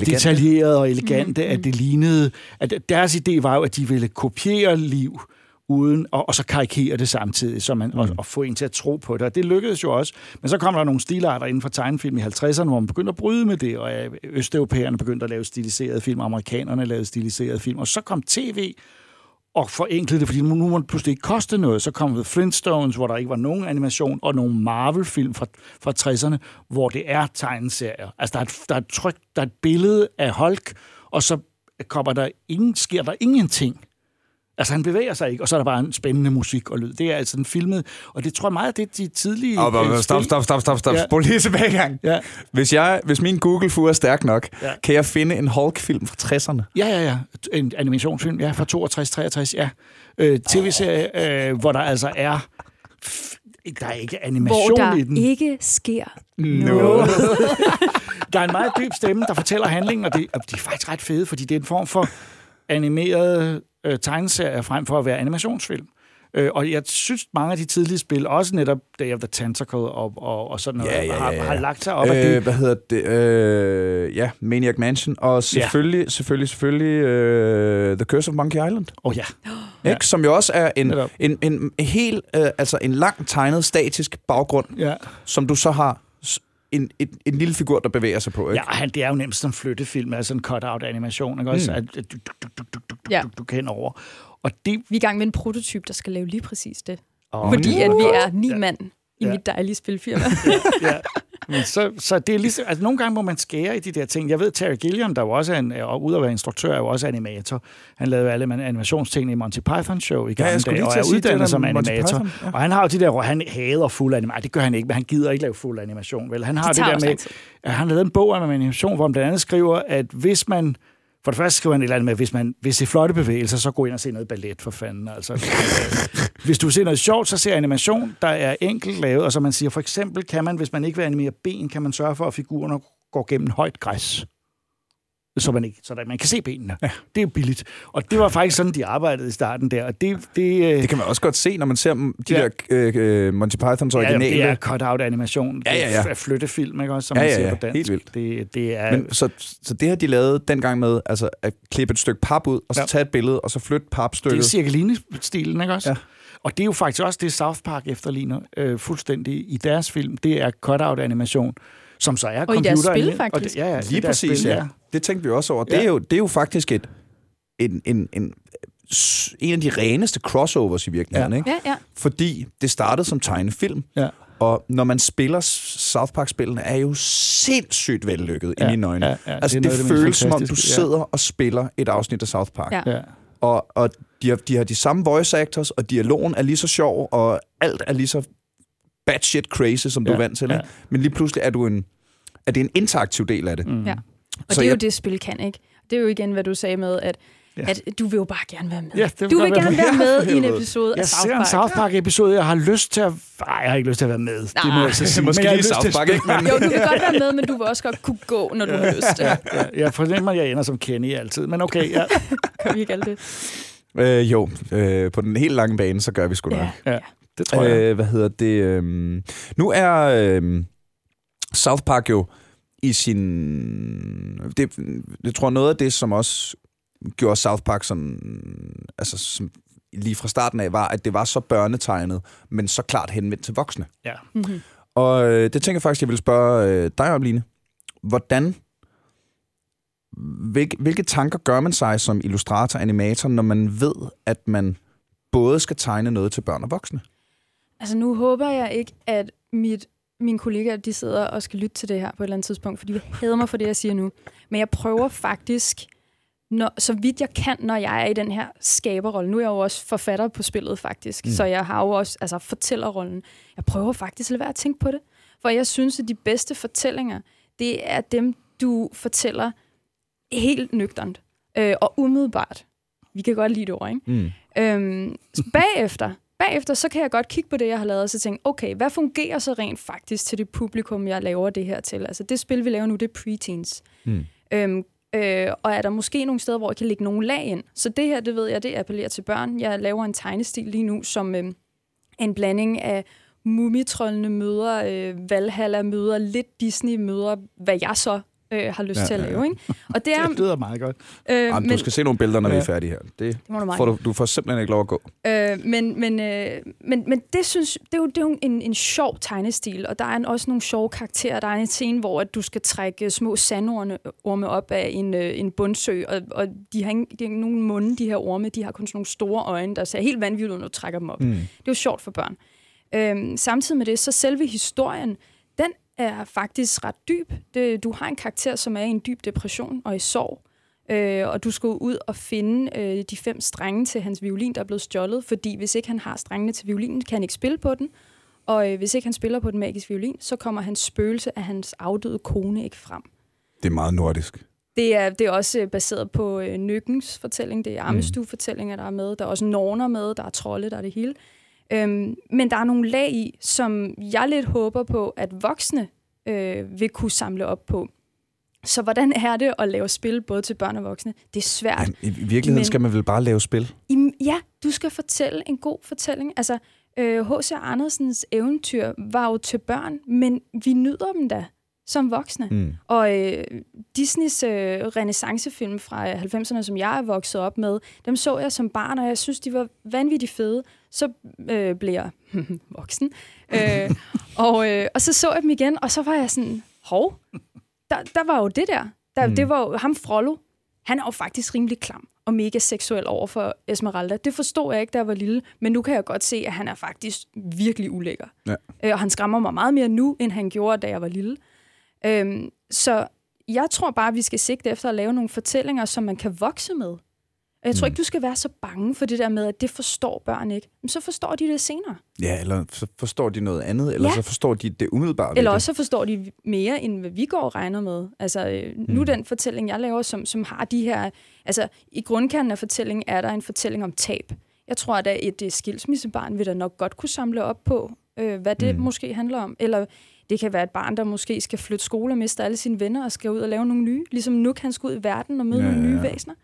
detaljerede og elegante, at det lignede... At deres idé var jo, at de ville kopiere liv uden og så karikere det samtidig, så man, og få en til at tro på det. Og det lykkedes jo også. Men så kom der nogle stilarter inden for tegnefilm i 50'erne, hvor man begyndte at bryde med det, og østeuropæerne begyndte at lave stiliserede film, amerikanerne lavede stiliserede film, og så kom tv og forenklede det, fordi nu må det pludselig ikke koste noget. Så kom The Flintstones, hvor der ikke var nogen animation, og nogle Marvel-film fra 60'erne, hvor det er tegneserier. Altså, der er et billede af Hulk, og så sker der ingenting. Altså, han bevæger sig ikke, og så er der bare en spændende musik og lyd. Det er altså den filmet, og det tror jeg meget, det er de tidlige... Stop. Spol lige tilbage i gang. Ja. Hvis min Google-fur er stærk nok, kan jeg finde en Hulk-film fra 60'erne? Ja. En animationsfilm, fra 62-63, ja. TV-serie, hvor der altså er... Der er ikke animation i den. Hvor der ikke sker noget. Der er en meget dyb stemme, der fortæller handlingen, og de er faktisk ret fede, fordi det er en form for animerede tegneserier frem for at være animationsfilm. Og jeg synes, mange af de tidlige spil, også netop Day of the Tentacle og sådan noget, har lagt sig op af det. Hvad hedder det? Maniac Mansion, og selvfølgelig The Curse of Monkey Island. Ikke? Som jo også er en helt, altså en lang tegnet, statisk baggrund, som du så har en lille figur, der bevæger sig på, ikke? Ja, det er jo nemmest som flyttefilm, altså en cut-out-animation, ikke også? At du kan over. Og det... Vi er i gang med en prototyp, der skal lave lige præcis det. Fordi at vi er 9 mand i mit dejlige spilfirma. Men så det er ligesom, altså nogle gange må man skære i de der ting. Jeg ved, Terry Gilliam, der jo også er ud at være instruktør, er jo også animator. Han lavede alle animationstingene i Monty Python Show i gamle dage, og er uddannet som animator. Og han har jo de der, han hader fuld animation. Det gør han ikke, men han gider ikke lave fuld animation. Vel? Han har det der med, han har lavet en bog om animation, hvor han blandt andet skriver, at hvis man... For det første skriver han et eller andet med, hvis det er flotte bevægelser, så gå ind og se noget ballet for fanden. Altså, hvis du ser noget sjovt, så ser animation, der er enkelt lavet, og så man siger, for eksempel kan man, hvis man ikke vil animere ben, kan man sørge for, at figurerne går gennem højt græs. Så man kan se benene. Ja. Det er jo billigt. Og det var faktisk sådan, de arbejdede i starten der. Og det kan man også godt se, når man ser de der Monty Pythons originale. Ja, det er cut-out-animation. Ja. Flyttefilm, ikke også, som man ser på dansk. Helt vildt. Det er... Men, så det har de lavet dengang med, altså at klippe et stykke pap ud, og så tage et billede, og så flytte papstykket. Det er Cirkeline-stilen, ikke også? Ja. Og det er jo faktisk også det, South Park efterligner fuldstændig i deres film. Det er cut-out-animation, som så er computer. Og i deres spil, faktisk. Lige præcis, spil, ja. Det tænkte vi også over. Ja. Det er jo faktisk en af de reneste crossovers i virkeligheden, ikke? Ja. Fordi det startede som tegnefilm, og når man spiller South Park-spillene, er jo sindssygt vellykket i mine øjne. Altså, det føles som om, du sidder og spiller et afsnit af South Park. Ja. Og de har de samme voice actors, og dialogen er lige så sjov, og alt er lige så batshit crazy, som du er vant til. Ja. Men lige pludselig er det en interaktiv del af det. Ja. Og så det er jo det, spil kan, ikke? Det er jo igen, hvad du sagde med, at du vil jo bare gerne være med. Ja, du vil gerne være med i en episode af South Park. Jeg ser en South Park-episode, jeg har lyst til at... Nej, jeg har ikke lyst til at være med. Det må jeg så sige. Måske lige South Park, ikke? Jo, du kan godt være med, men du vil også godt kunne gå, når du har lyst. Jeg fornemmer, at jeg ender som Kenny altid. Men okay, ja. Kan vi ikke alle det? På den helt lange bane, så gør vi sgu nok. Ja. Det tror jeg. Hvad hedder det? Nu er South Park jo i sin... Det tror jeg noget af det, som også gjorde South Park sådan... Altså, som lige fra starten af, var, at det var så børnetegnet, men så klart henvendt til voksne. Ja. Mm-hmm. Og det tænker jeg faktisk, jeg vil spørge dig om, Line. Hvordan... Hvilke tanker gør man sig som illustrator, animator, når man ved, at man både skal tegne noget til børn og voksne? Altså nu håber jeg ikke, at mine kollegaer, de sidder og skal lytte til det her på et eller andet tidspunkt, fordi de hader mig for det, jeg siger nu. Men jeg prøver faktisk, så vidt jeg kan, når jeg er i den her skaberrolle. Nu er jeg jo også forfatter på spillet, faktisk. Så jeg har jo også fortællerrollen. Jeg prøver faktisk at lade være at tænke på det. For jeg synes, at de bedste fortællinger, det er dem, du fortæller helt nøgternt og umiddelbart. Vi kan godt lide det ord, ikke? Bagefter, så kan jeg godt kigge på det, jeg har lavet, og så tænke, okay, hvad fungerer så rent faktisk til det publikum, jeg laver det her til? Altså, det spil, vi laver nu, det er preteens. Og er der måske nogle steder, hvor jeg kan lægge nogle lag ind? Så det her, det ved jeg, det appellerer til børn. Jeg laver en tegnestil lige nu, som en blanding af Mumitrollene møder, Valhalla møder, lidt Disney møder, hvad jeg så har lyst til at lave. Ikke? Og det lyder meget godt. Men, du skal se nogle billeder, når vi er færdige her. Det får du får simpelthen ikke lov at gå. Men det synes det er jo en sjov tegnestil, og der er også nogle sjove karakterer. Der er en scene, hvor at du skal trække små sandorme op af en bundsø, og de har ikke nogen munde, de her orme. De har kun sådan nogle store øjne, der ser helt vanvittigt ud, når du trækker dem op. Det er jo sjovt for børn. Samtidig med det, så selve historien, den er faktisk ret dyb. Du har en karakter, som er i en dyb depression og i sorg, og du skal ud og finde de 5 strenge til hans violin, der er blevet stjålet, fordi hvis ikke han har strengene til violinen, kan han ikke spille på den, og hvis ikke han spiller på den magiske violin, så kommer hans spøgelse af hans afdøde kone ikke frem. Det er meget nordisk. Det er også baseret på Nøkkens fortælling, det er Armestue-fortællinger, der er med, der er også norner med, der er trolde, der er det hele. Men der er nogle lag i, som jeg lidt håber på, at voksne vil kunne samle op på. Så hvordan er det at lave spil både til børn og voksne? Det er svært. I virkeligheden skal man vel bare lave spil? Ja, du skal fortælle en god fortælling. Altså, H.C. Andersens eventyr var jo til børn, men vi nyder dem da som voksne. Og Disneys renæssancefilm fra 90'erne, som jeg er vokset op med, dem så jeg som barn, og jeg synes, de var vanvittigt fede. Så blev jeg voksen. Og så jeg dem igen, og så var jeg sådan, hov, der var jo det der. Det var jo ham Frollo. Han er jo faktisk rimelig klam og mega seksuel over for Esmeralda. Det forstod jeg ikke, da jeg var lille, men nu kan jeg godt se, at han er faktisk virkelig ulækker. Ja. Og han skræmmer mig meget mere nu, end han gjorde, da jeg var lille. Så jeg tror bare, at vi skal sigte efter at lave nogle fortællinger, som man kan vokse med. Og jeg tror ikke, du skal være så bange for det der med, at det forstår børn ikke. Men så forstår de det senere. Ja, eller så forstår de noget andet, eller så forstår de det umiddelbart. Eller også så forstår de mere, end hvad vi går og regner med. Altså, nu den fortælling, jeg laver, som har de her... Altså, i grundkernen af fortællingen er der en fortælling om tab. Jeg tror, at et skilsmissebarn vil da nok godt kunne samle op på, hvad det måske handler om. Eller det kan være et barn, der måske skal flytte skole og miste alle sine venner og skal ud og lave nogle nye. Ligesom nu kan han skal ud i verden og møde nogle nye væsener.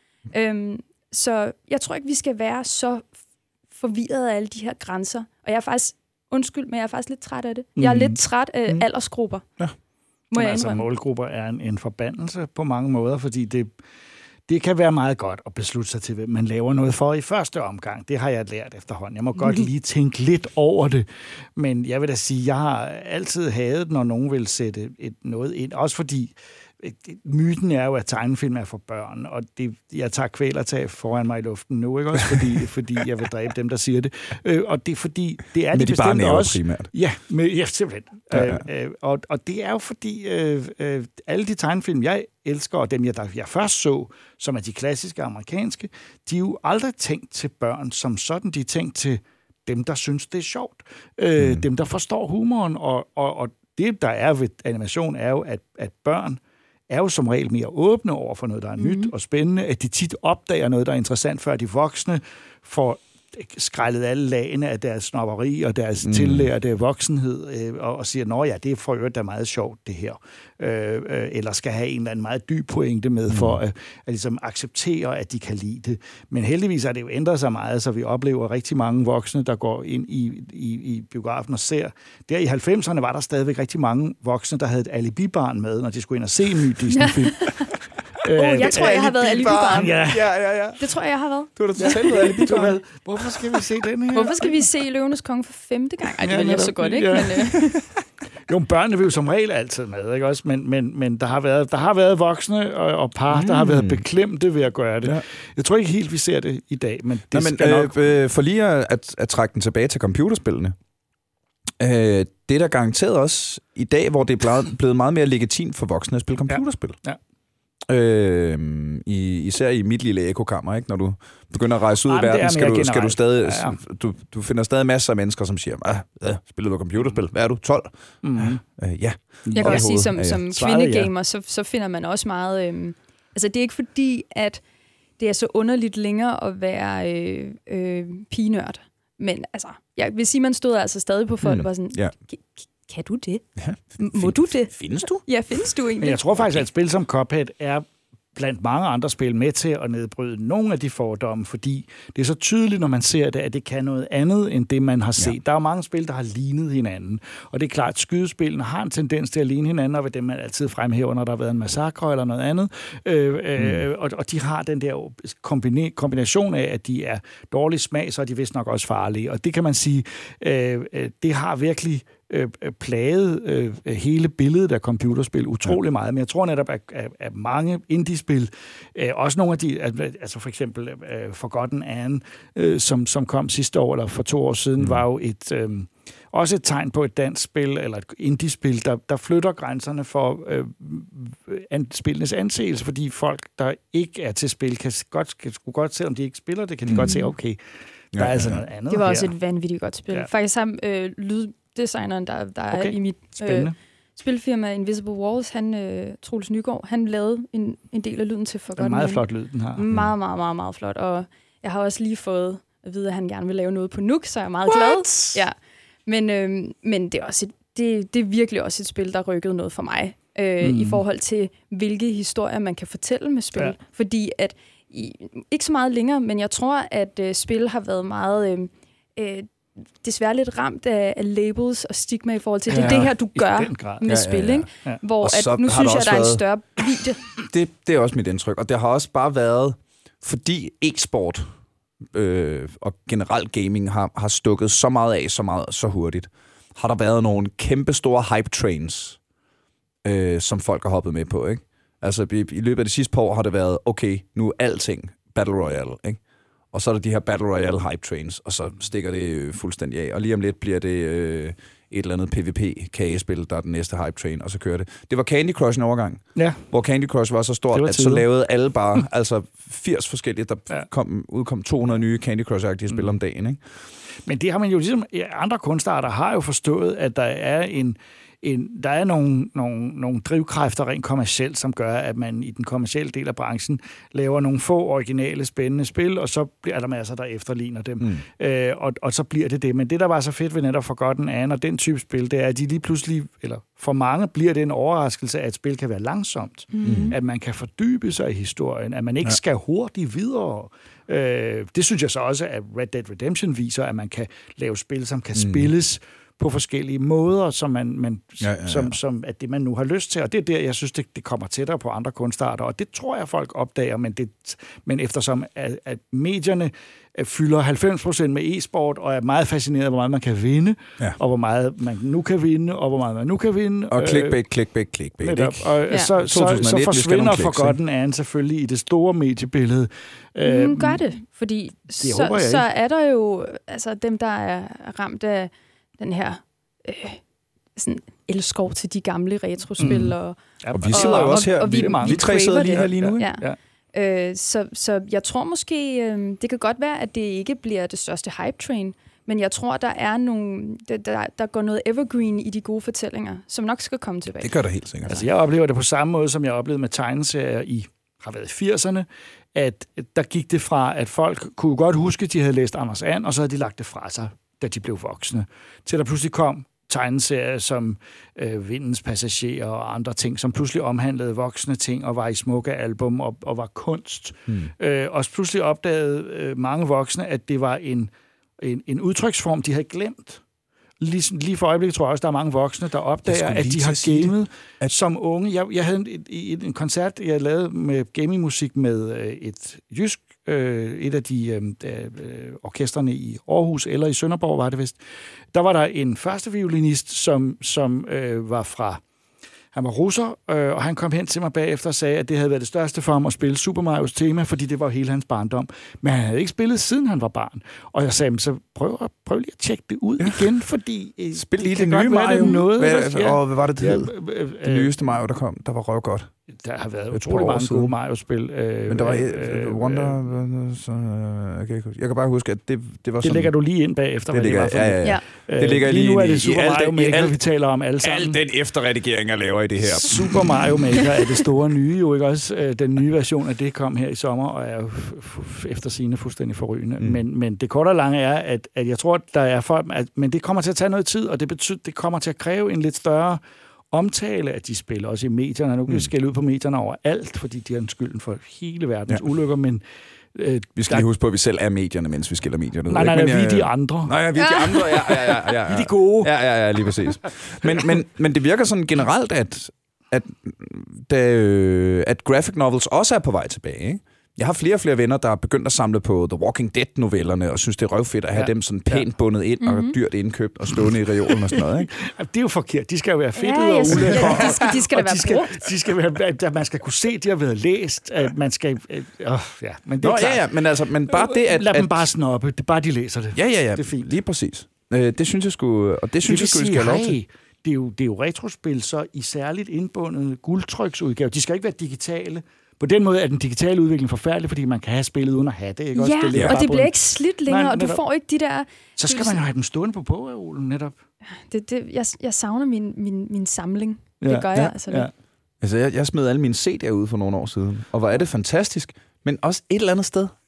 Så jeg tror ikke, vi skal være så forvirret af alle de her grænser. Og jeg er faktisk, undskyld, men jeg er faktisk lidt træt af det. Jeg er lidt træt af aldersgrupper. Ja. Må jeg indrømme. Målgrupper er en forbandelse på mange måder, fordi det kan være meget godt at beslutte sig til, hvad man laver noget for i første omgang. Det har jeg lært efterhånden. Jeg må godt lige tænke lidt over det, men jeg vil da sige, jeg har altid hadet, når nogen vil sætte noget ind. Også fordi myten er jo, at tegnefilm er for børn, og jeg tager kvælertag foran mig i luften nu, ikke også? Fordi jeg vil dræbe dem, der siger det. Og det er fordi, det er men de bestemt også. Primært. Ja, simpelthen. Ja. Og det er jo fordi, alle de tegnefilm, jeg elsker, og dem, jeg først så, som er de klassiske amerikanske, de er jo aldrig tænkt til børn som sådan. De er tænkt til dem, der synes, det er sjovt. Dem, der forstår humoren. Og det, der er ved animation, er jo, at børn er jo som regel mere åbne over for noget, der er nyt og spændende, at de tit opdager noget, der er interessant, før de voksne får skrællet alle lagene af deres snobberi og deres tillærte voksenhed, og siger, nå ja, det er for øvrigt da meget sjovt, det her. Eller skal have en eller anden meget dyb pointe med, for at ligesom acceptere, at de kan lide det. Men heldigvis har det jo ændret sig meget, så vi oplever rigtig mange voksne, der går ind i biografen og ser. Der i 90'erne var der stadigvæk rigtig mange voksne, der havde et alibibarn med, når de skulle ind og se en ny Disney-film. Jeg tror, jeg har været alibibarn. Ja. Det tror jeg har været. Du har da selv været alibibarn. Hvorfor skal vi se den her? Hvorfor skal vi se Løvenes Konge for 5. gang? Ej, det vil jeg så godt, ikke? Ja. Jo, børnene vil jo som regel altid med, ikke også? Men der har været voksne og par, der har været beklemte ved at gøre det. Ja. Jeg tror ikke helt, vi ser det i dag, men det skal nok... For lige at trække den tilbage til computerspillene. Det er der garanteret også i dag, hvor det er blevet meget mere legitimt for voksne at spille computerspil. Ja. Især i mit lille ekokammer, ikke? Når du begynder at rejse ud i verden, skal du stadig... Ja. Du finder stadig masser af mennesker, som siger, spiller du computerspil? Hvad er du? 12? Ja. Jeg kan også sige, som kvindegamer, så finder man også meget... altså, det er ikke fordi, at det er så underligt længere at være pigenørd. Men altså, jeg vil sige, man stod altså stadig på folk og var sådan... Kan du det? Ja. Må du det? Findes du? Ja, findes du egentlig? Men jeg tror faktisk, at et spil som Cuphead er blandt mange andre spil med til at nedbryde nogle af de fordomme, fordi det er så tydeligt, når man ser det, at det kan noget andet, end det, man har set. Ja. Der er jo mange spil, der har lignet hinanden, og det er klart, at skydespillene har en tendens til at ligne hinanden, og ved dem man altid fremhæver, når der har været en massakre eller noget andet, og de har den der kombination af, at de er dårlig smag, så er de vist nok også farlige, og det kan man sige, det har virkelig plaget hele billedet af computerspil utrolig meget, men jeg tror netop, at mange indie-spil, også nogle af de, altså for eksempel Forgotten Anne, som kom sidste år, eller for 2 år siden, var jo også et tegn på et dansk spil, eller et indie-spil, der flytter grænserne for spillenes anseelse, fordi folk, der ikke er til spil, kan godt se, om de ikke spiller det, kan de godt se, okay, der er altså noget andet. Det var også et vanvittigt godt spil. Faktisk sammen lyddesigneren, der er i mit spilfirma Invisible Walls, Troels Nygaard, han lavede en del af lyden til Forgotten Anne. Det er meget flot lyd, den har. Meget, meget, meget, meget flot. Og jeg har også lige fået at vide, at han gerne vil lave noget på Nuuk, så jeg er meget glad. Ja. Men det er også det er virkelig også et spil, der rykkede noget for mig i forhold til, hvilke historier man kan fortælle med spil. Ja. Fordi at ikke så meget længere, men jeg tror, at spil har været meget desværre lidt ramt af labels og stigma i forhold til, det er det her, du gør med spil, ikke? Ja. Hvor at, nu synes jeg, der er en større video. Det er også mit indtryk, og det har også bare været, fordi e-sport og generelt gaming har stukket så meget af så hurtigt, har der været nogle kæmpe store hype trains, som folk har hoppet med på, ikke? Altså i løbet af de sidste par år har det været, okay, nu er alting Battle Royale, ikke? Og så er der de her Battle Royale hype trains, og så stikker det fuldstændig af. Og lige om lidt bliver det et eller andet PvP-kagespil, der er den næste hype train, og så kører det. Det var Candy Crush en overgang, hvor Candy Crush var så stort, at så lavede alle bare altså 80 forskellige, der udkom 200 nye Candy Crush-agtige spil om dagen, ikke? Men det har man jo ligesom, andre kunstarter har jo forstået, at der er der er nogle drivkræfter rent kommercielt, som gør, at man i den kommercielle del af branchen laver nogle få originale, spændende spil, og så er der masser, der efterligner dem. Og så bliver det. Men det, der var så fedt ved netop Forgotten Anne og den type spil, det er, at de lige pludselig, eller for mange bliver det en overraskelse, at et spil kan være langsomt. At man kan fordybe sig i historien, at man ikke skal hurtigt videre. Det synes jeg så også, at Red Dead Redemption viser, at man kan lave spil, som kan spilles på forskellige måder, som at det, man nu har lyst til. Og det er der, jeg synes, det kommer tættere på andre kunstarter. Og det tror jeg, folk opdager, men eftersom at medierne fylder 90% med e-sport, og er meget fascineret af, hvor meget man kan vinde, og hvor meget man nu kan vinde, og hvor meget man nu kan vinde. Og clickbait. Og så forsvinder Forgotten Anne selvfølgelig i det store mediebillede. Gør det, fordi så er der jo altså dem, der er ramt af den her sådan elskov til de gamle retrospil. Og vi sidder jo også her, og vi tre sidder lige her lige nu. Så jeg tror måske, det kan godt være, at det ikke bliver det største hype train, men jeg tror, der er der går noget evergreen i de gode fortællinger, som nok skal komme tilbage. Det gør der helt sikkert. Altså, jeg oplever det på samme måde, som jeg oplevede med tegneserier har været i 80'erne, at der gik det fra, at folk kunne godt huske, at de havde læst Anders And, og så havde de lagt det fra sig, da de blev voksne. Til der pludselig kom tegneserier som Vindens Passagerer og andre ting, som pludselig omhandlede voksne ting og var i smukke album og var kunst. Og pludselig opdagede mange voksne, at det var en udtryksform, de havde glemt. Lige for øjeblikket tror jeg også, der er mange voksne, der opdager, at de har gamet som unge. Jeg havde en koncert, jeg lavede med gamingmusik med et jysk, et af de orkestrene i Aarhus, eller i Sønderborg var det vist. Der var der en første violinist, som var fra... Han var russer, og han kom hen til mig bagefter og sagde, at det havde været det største for ham at spille Super Marios tema, fordi det var hele hans barndom. Men han havde ikke spillet, siden han var barn. Og jeg sagde, så prøv lige at tjekke det ud igen, fordi... Spil lige det nye Mario. Og hvad var det, det hed? Det nyeste Mario, der kom, der var røvgodt. Der har været utrolig mange gode Mario-spil. Men der var Wonder... jeg kan bare huske, at det var sådan... Det lægger du lige ind bagefter, det ligger, det ligger lige nu er det Super Mario Maker, vi taler om alle sammen. Al den efterredigering, jeg laver i det her. Super Mario Maker er det store nye, jo ikke også? Den nye version af det kom her i sommer, og er jo efter sigende fuldstændig forrygende. Men det korte og lange er, at jeg tror, der er folk... Men det kommer til at tage noget tid, og det betyder, det kommer til at kræve en lidt større omtale af de spil, også i medierne. Nu kan vi skælde ud på medierne over alt, fordi de har en skylden for hele verdens ulykker, men vi skal lige huske på, at vi selv er medierne, mens vi skiller medierne ud. Nej, vi er de andre. Nej, vi er de andre, ja. Vi er de gode. Ja, lige præcis. Men det virker sådan generelt, at graphic novels også er på vej tilbage, ikke? Jeg har flere og flere venner, der er begyndt at samle på The Walking Dead-novellerne, og synes, det er røvfedt at have dem sådan pænt bundet ind og dyrt indkøbt og stående i reolen og sådan noget, ikke? Det er jo forkert. De skal jo være fedt ud af ulækker. Ja, de skal da være brugt. De skal være, man skal kunne se, at de har været læst. At man skal... men det er klart. Men bare det, at... Lad dem bare snoppe. Det er bare, de læser det. Ja. Det er fint. Lige præcis. Det synes jeg skulle... Og det synes jeg skulle skal have lov til. Det er jo retrospil, så i særligt indbundet guldtryksudgave. De skal ikke være digitale. På den måde er den digitale udvikling forfærdelig, fordi man kan have spillet uden at have det. Ikke? Ja, også og det bliver ikke slidt længere, og du får ikke de der... Så skal man jo have dem stående på bogreolen, netop. Jeg savner min samling. Det gør jeg altså lidt. Altså, jeg smed alle mine CD'er ud for nogle år siden, og hvor er det fantastisk. Men også et eller andet sted.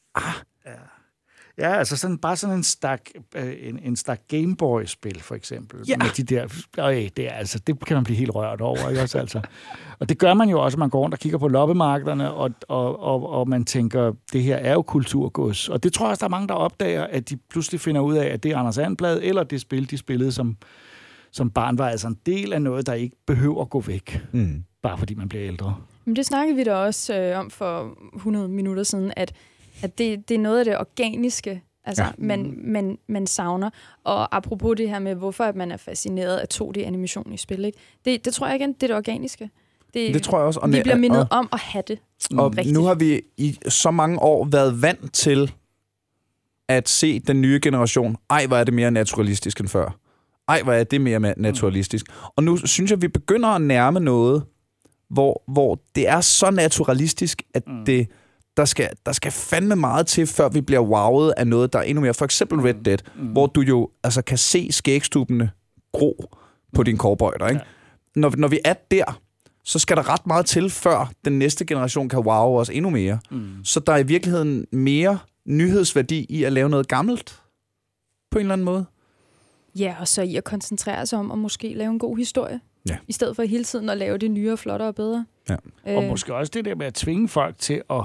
Ja, altså bare sådan en stak Gameboy-spil, for eksempel. Ja. Med de der... det kan man blive helt rørt over, ikke også, altså? Og det gør man jo også, man går rundt og kigger på loppemarkederne, og man tænker, det her er jo kulturgods. Og det tror jeg også, der er mange, der opdager, at de pludselig finder ud af, at det er Anders Andblad, eller det spil, de spillede som barn, var altså en del af noget, der ikke behøver at gå væk, bare fordi man bliver ældre. Men det snakkede vi da også om for 100 minutter siden, at det er noget af det organiske, altså, man savner. Og apropos det her med, hvorfor at man er fascineret af 2D-animation i spil, ikke? Det tror jeg igen, det er det organiske. Det tror jeg også. Og vi bliver mindet om at have det. Og rigtigt. Nu har vi i så mange år været vant til at se den nye generation. Ej, hvor er det mere naturalistisk end før. Ej, hvor er det mere naturalistisk. Og nu synes jeg, vi begynder at nærme noget, hvor det er så naturalistisk, at der skal fandme meget til, før vi bliver wowet af noget, der er endnu mere. For eksempel Red Dead, hvor du jo altså kan se skægstubene gro på din cowboyder, ikke? Ja. Når vi er der, så skal der ret meget til, før den næste generation kan wow os endnu mere. Så der er i virkeligheden mere nyhedsværdi i at lave noget gammelt, på en eller anden måde. Ja, og så i at koncentrere sig om at måske lave en god historie. Ja. I stedet for hele tiden at lave det nyere, flottere og bedre. Ja. Og måske også det der med at tvinge folk til at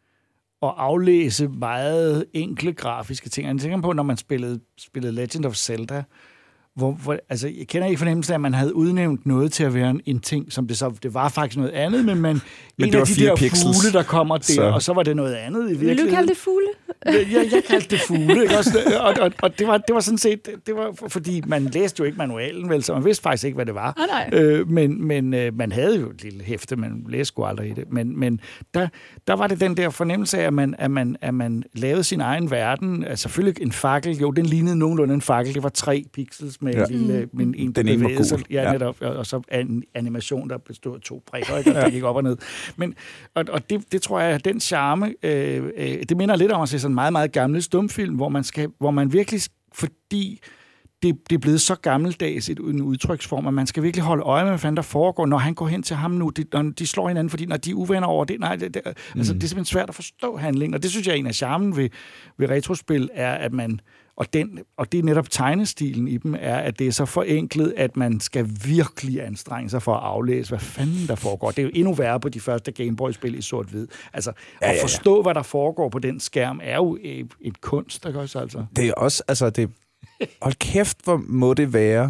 aflæse meget enkle grafiske ting. Jeg tænker på, når man spillede Legend of Zelda, altså, jeg kender ikke fornemmelsen af, at man havde udnævnt noget til at være en ting, som det var faktisk noget andet, men en af de der pixels, fugle, der kommer der, og så var det noget andet i virkeligheden. Vil du kalde det fugle? Jeg kaldte det fugle, ikke? Og det var sådan set, det var fordi man læste jo ikke manualen, vel, så man vidste faktisk ikke, hvad det var. Men man havde jo et lille hæfte, man læste sgu aldrig i det. Men der var det den der fornemmelse af, at man lavede sin egen verden. Altså selvfølgelig en fakkel, jo, den lignede nogenlunde en fakkel. Det var 3 pixels med en der bevægede sig. Ja, netop. Og så en animation, der bestod af 2 prikker, der gik op og ned. Men, og det tror jeg, den charme, det minder lidt om at se sådan en meget, meget gamle stumfilm, hvor man virkelig, fordi det er blevet så gammeldags en udtryksform, at man skal virkelig holde øje med, hvad fanden der foregår, når han går hen til ham nu. De slår hinanden, fordi når de er uvenner over det, altså, det er simpelthen svært at forstå handlingen. Og det synes jeg er en af charmen ved retrospil, er, at man... Og det er netop tegnestilen i dem, er, at det er så forenklet, at man skal virkelig anstrenge sig for at aflæse, hvad fanden der foregår. Det er jo endnu værre på de første Gameboy-spil i sort-hvid. Altså, at forstå, hvad der foregår på den skærm, er jo et kunst, der gør så altså. Det er også, altså, hold kæft, hvor må det være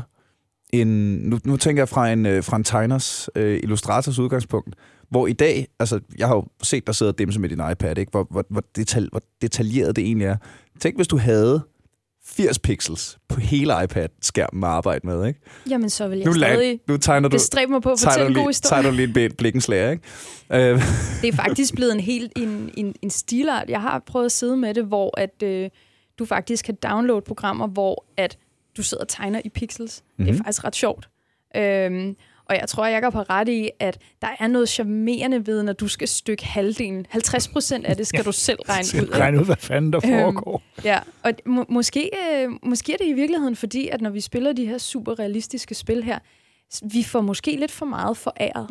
nu tænker jeg fra en tegners, illustrators udgangspunkt, hvor i dag, altså, jeg har jo set, der sidder dem som med din iPad, ikke? Hvor detaljeret det egentlig er. Tænk, hvis du havde 80 pixels på hele iPad-skærmen at arbejde med, ikke? Jamen, så vil jeg stadig bestræbe mig på at fortælle en god historie. Tager du lige et blikkenslager, ikke? Det er faktisk blevet en stilart. Jeg har prøvet at sidde med det, hvor at, du faktisk kan downloade programmer, hvor at du sidder og tegner i pixels. Det er faktisk ret sjovt. Og jeg tror, jeg går på ret i, at der er noget charmerende ved, når du skal stykke halvdelen. 50% af det skal du selv regne ud. Regne ud, hvad fanden der foregår. Ja, og måske er det i virkeligheden, fordi at når vi spiller de her super realistiske spil her, vi får måske lidt for meget foræret.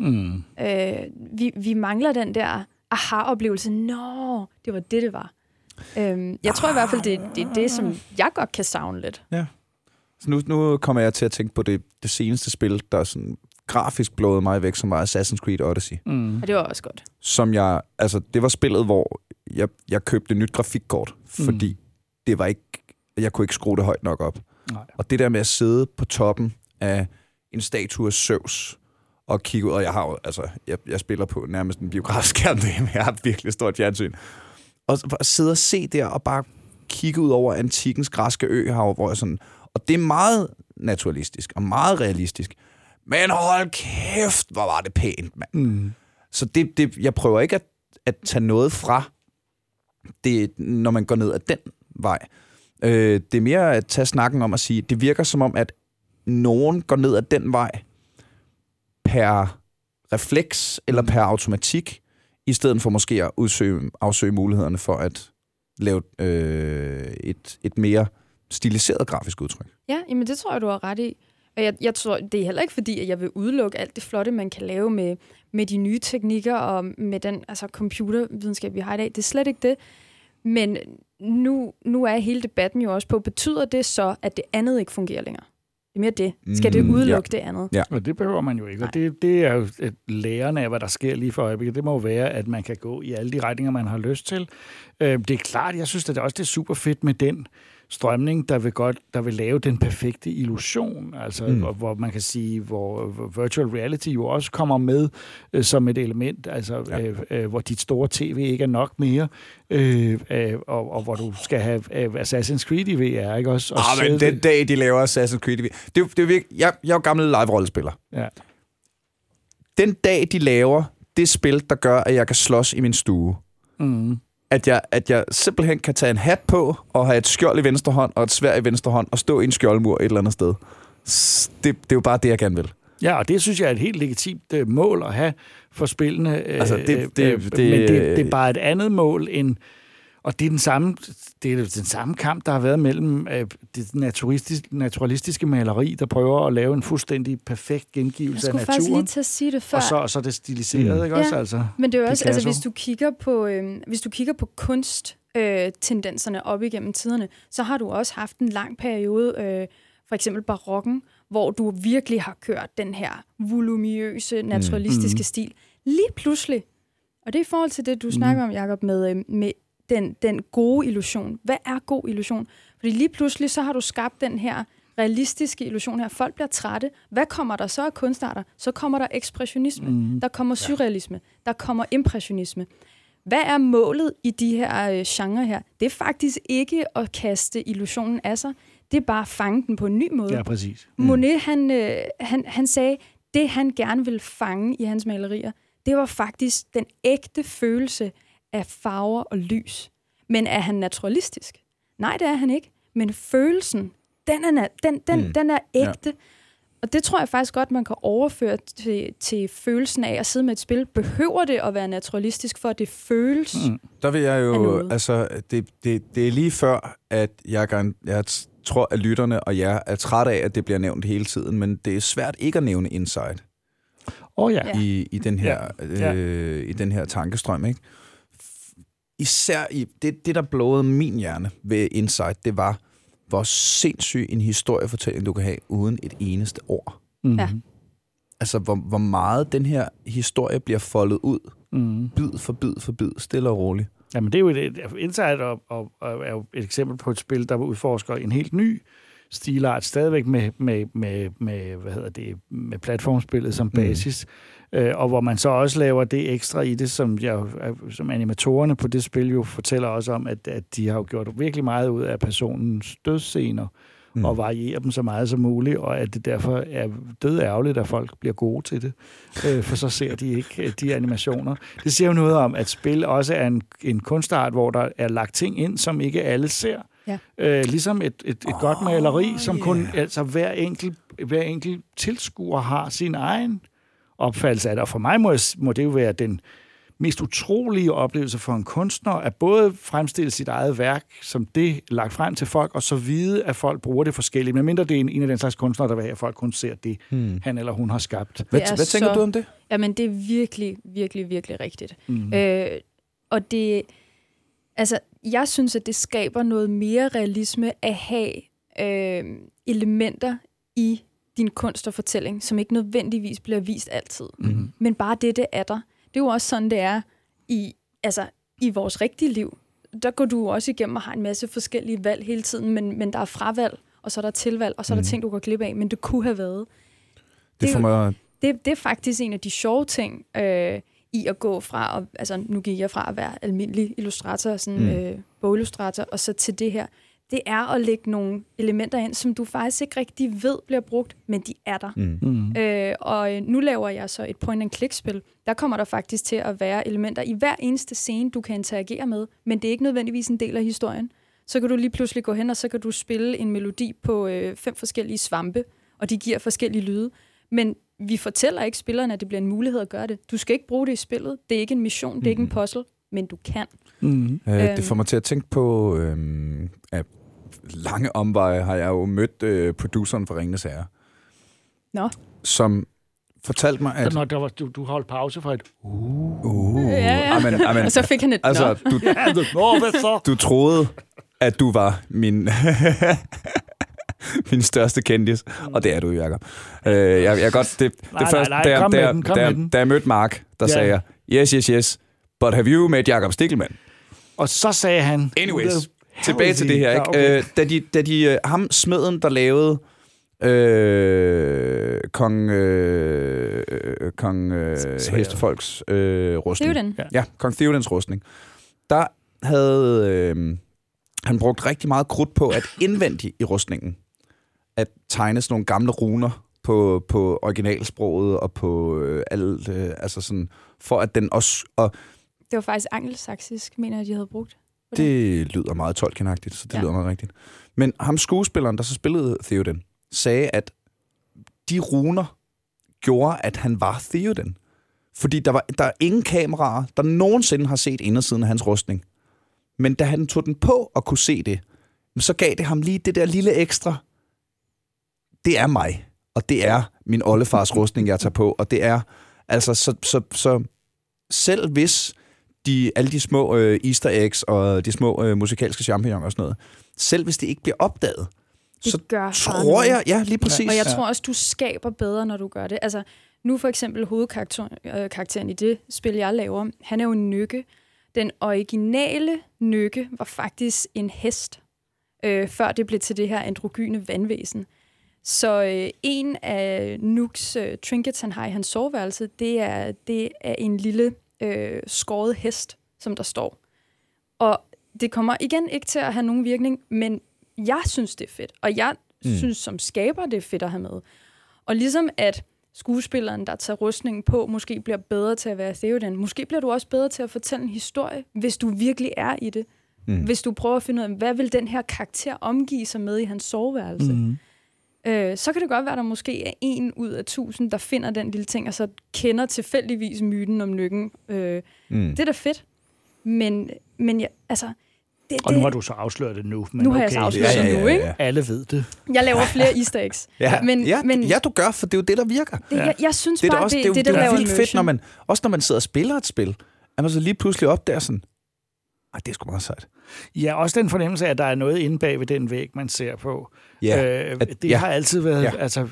Vi mangler den der aha-oplevelse. Nå, det var det var. Jeg tror i hvert fald, det er det, som jeg godt kan savne lidt. Ja. Så nu kommer jeg til at tænke på det seneste spil, der sådan grafisk blåede mig væk, som var Assassin's Creed Odyssey. Mm. Og det var også godt. Som det var spillet, hvor jeg købte et nyt grafikkort, fordi det var ikke, jeg kunne ikke skrue det højt nok op. Nej. Og det der med at sidde på toppen af en statue af Zeus og kigge ud, og jeg har jo, jeg spiller på nærmest en biografskærm derhjemme, jeg har et virkelig stort fjernsyn. Og sidde og se der og bare kigge ud over antikkens græske øhav, hvor jeg sådan, og det er meget naturalistisk og meget realistisk. Men hold kæft, hvor var det pænt, mand. Mm. Så jeg prøver ikke at tage noget fra det, når man går ned ad den vej. Det er mere at tage snakken om at sige, det virker som om, at nogen går ned ad den vej per refleks eller per automatik, i stedet for måske at afsøge mulighederne for at lave et mere stiliseret grafisk udtryk. Ja, jamen det tror jeg, du har ret i. Og jeg tror, det er heller ikke fordi, at jeg vil udelukke alt det flotte, man kan lave med de nye teknikker og med den computervidenskab, vi har i dag. Det er slet ikke det. Men nu er hele debatten jo også på, betyder det så, at det andet ikke fungerer længere? Det er mere det. Skal det udelukke det andet? Ja. Og det behøver man jo ikke. Og det er jo læren af, hvad der sker lige for øjeblikket. Det må jo være, at man kan gå i alle de retninger, man har lyst til. Det er klart, jeg synes, at det også det er super fedt med den strømning, der vil lave den perfekte illusion, hvor man kan sige, hvor virtual reality jo også kommer med som et element, hvor dit store tv ikke er nok mere, og hvor du skal have Assassin's Creed i VR, ikke også? Men den dag, de laver Assassin's Creed i VR, det er virkelig, jeg er jo gammel live-rollespiller. Ja. Den dag, de laver det spil, der gør, at jeg kan slås i min stue, at jeg simpelthen kan tage en hat på og have et skjold i venstre hånd og et sværd i venstre hånd og stå i en skjoldmur et eller andet sted. Det er jo bare det, jeg gerne vil. Ja, og det synes jeg er et helt legitimt mål at have for spillene. Men det er bare et andet mål end... Og det er den samme kamp, der har været mellem det naturalistiske maleri, der prøver at lave en fuldstændig perfekt gengivelse af naturen. Jeg skulle faktisk lige til at sige det før. Og så det stiliseret, ikke også? Altså, men det er jo også, hvis du kigger på kunsttendenserne op igennem tiderne, så har du også haft en lang periode, for eksempel barokken, hvor du virkelig har kørt den her voluminøse, naturalistiske stil. Lige pludselig, og det er i forhold til det, du snakker om, Jacob, med den gode illusion. Hvad er god illusion? Fordi lige pludselig, så har du skabt den her realistiske illusion her. Folk bliver trætte. Hvad kommer der så af kunstarter? Så kommer der ekspressionisme. Der kommer surrealisme. Der kommer impressionisme. Hvad er målet i de her genrer her? Det er faktisk ikke at kaste illusionen af sig. Det er bare at fange den på en ny måde. Ja, præcis. Monet, han sagde, det han gerne ville fange i hans malerier, det var faktisk den ægte følelse af farver og lys. Men er han naturalistisk? Nej, det er han ikke. Men følelsen, den er ægte. Ja. Og det tror jeg faktisk godt, man kan overføre til følelsen af at sidde med et spil. Behøver det at være naturalistisk, for at det føles? Der vil jeg jo, det er lige før, at jeg tror, at lytterne og jeg er træt af, at det bliver nævnt hele tiden, men det er svært ikke at nævne Inside. I den her tankestrøm, ikke? Især i det, der blåede min hjerne ved Inside, det var, hvor sindssyg en historiefortælling du kan have uden et eneste ord. Ja. Altså, hvor meget den her historie bliver foldet ud, bid for bid, stille og roligt. Jamen, det er jo Inside er jo et eksempel på et spil, der udforsker en helt ny stilart, stadigvæk med platformspillet som basis, og hvor man så også laver det ekstra i det, som animatorerne på det spil jo fortæller også om, at de har jo gjort virkelig meget ud af personens dødsscener, og varierer dem så meget som muligt, og at det derfor er dødærgerligt, at folk bliver gode til det, for så ser de ikke de animationer. Det siger jo noget om, at spil også er en kunstart, hvor der er lagt ting ind, som ikke alle ser. Ja. Ligesom et godt maleri, som kun hver enkelt tilskuer har sin egen opfattelse af det. Og for mig må det jo være den mest utrolige oplevelse for en kunstner, at både fremstille sit eget værk, som det lagt frem til folk, og så vide, at folk bruger det forskelligt. Men mindre det er en af den slags kunstnere, der vil have, at folk kun ser det, han eller hun har skabt. Hvad tænker du om det? Jamen, det er virkelig, virkelig, virkelig rigtigt. Og det... Altså, jeg synes, at det skaber noget mere realisme at have elementer i din kunst og fortælling, som ikke nødvendigvis bliver vist altid. Mm. Men bare det er der. Det er jo også sådan, det er i vores rigtige liv. Der går du også igennem og har en masse forskellige valg hele tiden, men der er fravalg, og så er der tilvalg, og så er der ting, du går glip af, men det kunne have været. Det er faktisk en af de sjove ting i at gå fra, nu gik jeg fra at være almindelig illustrator, sådan bogillustrator, og så til det her. Det er at lægge nogle elementer ind, som du faktisk ikke rigtig ved bliver brugt, men de er der. Og nu laver jeg så et point-and-click-spil. Der kommer der faktisk til at være elementer i hver eneste scene, du kan interagere med, men det er ikke nødvendigvis en del af historien. Så kan du lige pludselig gå hen, og så kan du spille en melodi på 5 forskellige svampe, og de giver forskellige lyde. Men vi fortæller ikke spillerne, at det bliver en mulighed at gøre det. Du skal ikke bruge det i spillet. Det er ikke en mission, det er ikke en puzzle, men du kan. Det får mig til at tænke på, at lange omveje har jeg jo mødt produceren for Ringenes Herre. Nå. Som fortalte mig, at... Når du holdt pause for et... Ja. Amen. Og så fik han et... Altså, du troede, at du var min... min største kendis, og det er du, Jacob. Jeg godt... Det første, da jeg mødte Mark, der sagde jeg, yes, but have you met Jacob Stickelmann? Og så sagde han... Anyways, tilbage til det her, ikke? Okay. Da de ham smeden, der lavede Kong Hestefolks rustning. Theoden. Ja, Kong Theodens rustning. Der havde han brugt rigtig meget krudt på at indvendigt i rustningen at tegne sådan nogle gamle runer på originalsproget og på alt, altså sådan, for at den også... Og det var faktisk angelsaksisk, mener jeg, de havde brugt. Det lyder meget Tolkien-agtigt, så det lyder meget rigtigt. Men ham skuespilleren, der så spillede Theoden, sagde, at de runer gjorde, at han var Theoden. Fordi der er ingen kameraer, der nogensinde har set indersiden af hans rustning. Men da han tog den på og kunne se det, så gav det ham lige det der lille ekstra. Det er mig, og det er min oldefars rustning, jeg tager på. Og det er, altså, så selv hvis alle de små easter eggs og de små musikalske champignoner og sådan noget, selv hvis det ikke bliver opdaget, det så tror jeg, ja, lige præcis. Og jeg tror også, du skaber bedre, når du gør det. Altså, nu for eksempel hovedkarakteren i det spil, jeg laver, han er jo en nykke. Den originale nykke var faktisk en hest, før det blev til det her androgyne vandvæsen. Så en af Nooks trinkets, han har i hans soveværelse, det er en lille skåret hest, som der står. Og det kommer igen ikke til at have nogen virkning, men jeg synes, det er fedt. Og jeg synes som skaber, det er fedt at have med. Og ligesom at skuespilleren, der tager rustningen på, måske bliver bedre til at være Theoden. Måske bliver du også bedre til at fortælle en historie, hvis du virkelig er i det. Hvis du prøver at finde ud af, hvad vil den her karakter omgive sig med i hans soveværelse. Så kan det godt være, at der måske er 1 ud af 1000, der finder den lille ting, og så kender tilfældigvis myten om nykken. Det er da fedt. Men ja, altså... Og nu har du så afsløret det nu. Men nu har jeg så afsløret det nu, ikke? Alle ved det. Jeg laver flere easter eggs. Ja, du gør, for det er jo det, der virker. Jeg synes bare, det er det, der laver vildt fedt, når man sidder og spiller et spil, at man så lige pludselig opdager sådan, det er sgu meget sejt. Ja, også den fornemmelse af, at der er noget inde bag ved den væg, man ser på. Det har altid været... Altså,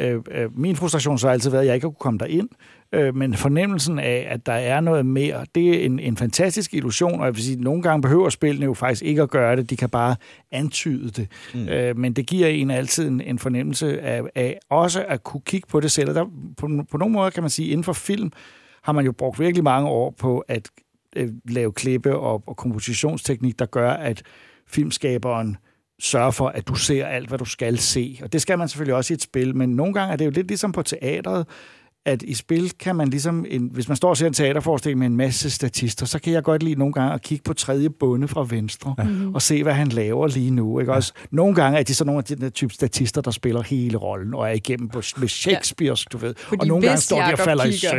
min frustration så har altid været, at jeg ikke har kunne komme derind. Men fornemmelsen af, at der er noget mere, det er en fantastisk illusion, og jeg vil sige, at nogle gange behøver spillene jo faktisk ikke at gøre det, de kan bare antyde det. Men det giver en altid en fornemmelse af også at kunne kigge på det selv. Der, på nogle måder kan man sige, inden for film har man jo brugt virkelig mange år på at lave klippe og kompositionsteknik, der gør, at filmskaberen sørger for, at du ser alt, hvad du skal se. Og det skal man selvfølgelig også i et spil, men nogle gange er det jo lidt ligesom på teatret, at i spil kan man ligesom, hvis man står og ser en teaterforestilling med en masse statister, så kan jeg godt lide nogle gange at kigge på tredje bunde fra venstre, og se, hvad han laver lige nu. Ikke? Også, nogle gange er de så nogle af de der type statister, der spiller hele rollen, og er igennem med Shakespeare, du ved. Fordi og nogle gange står de og falder i søvn.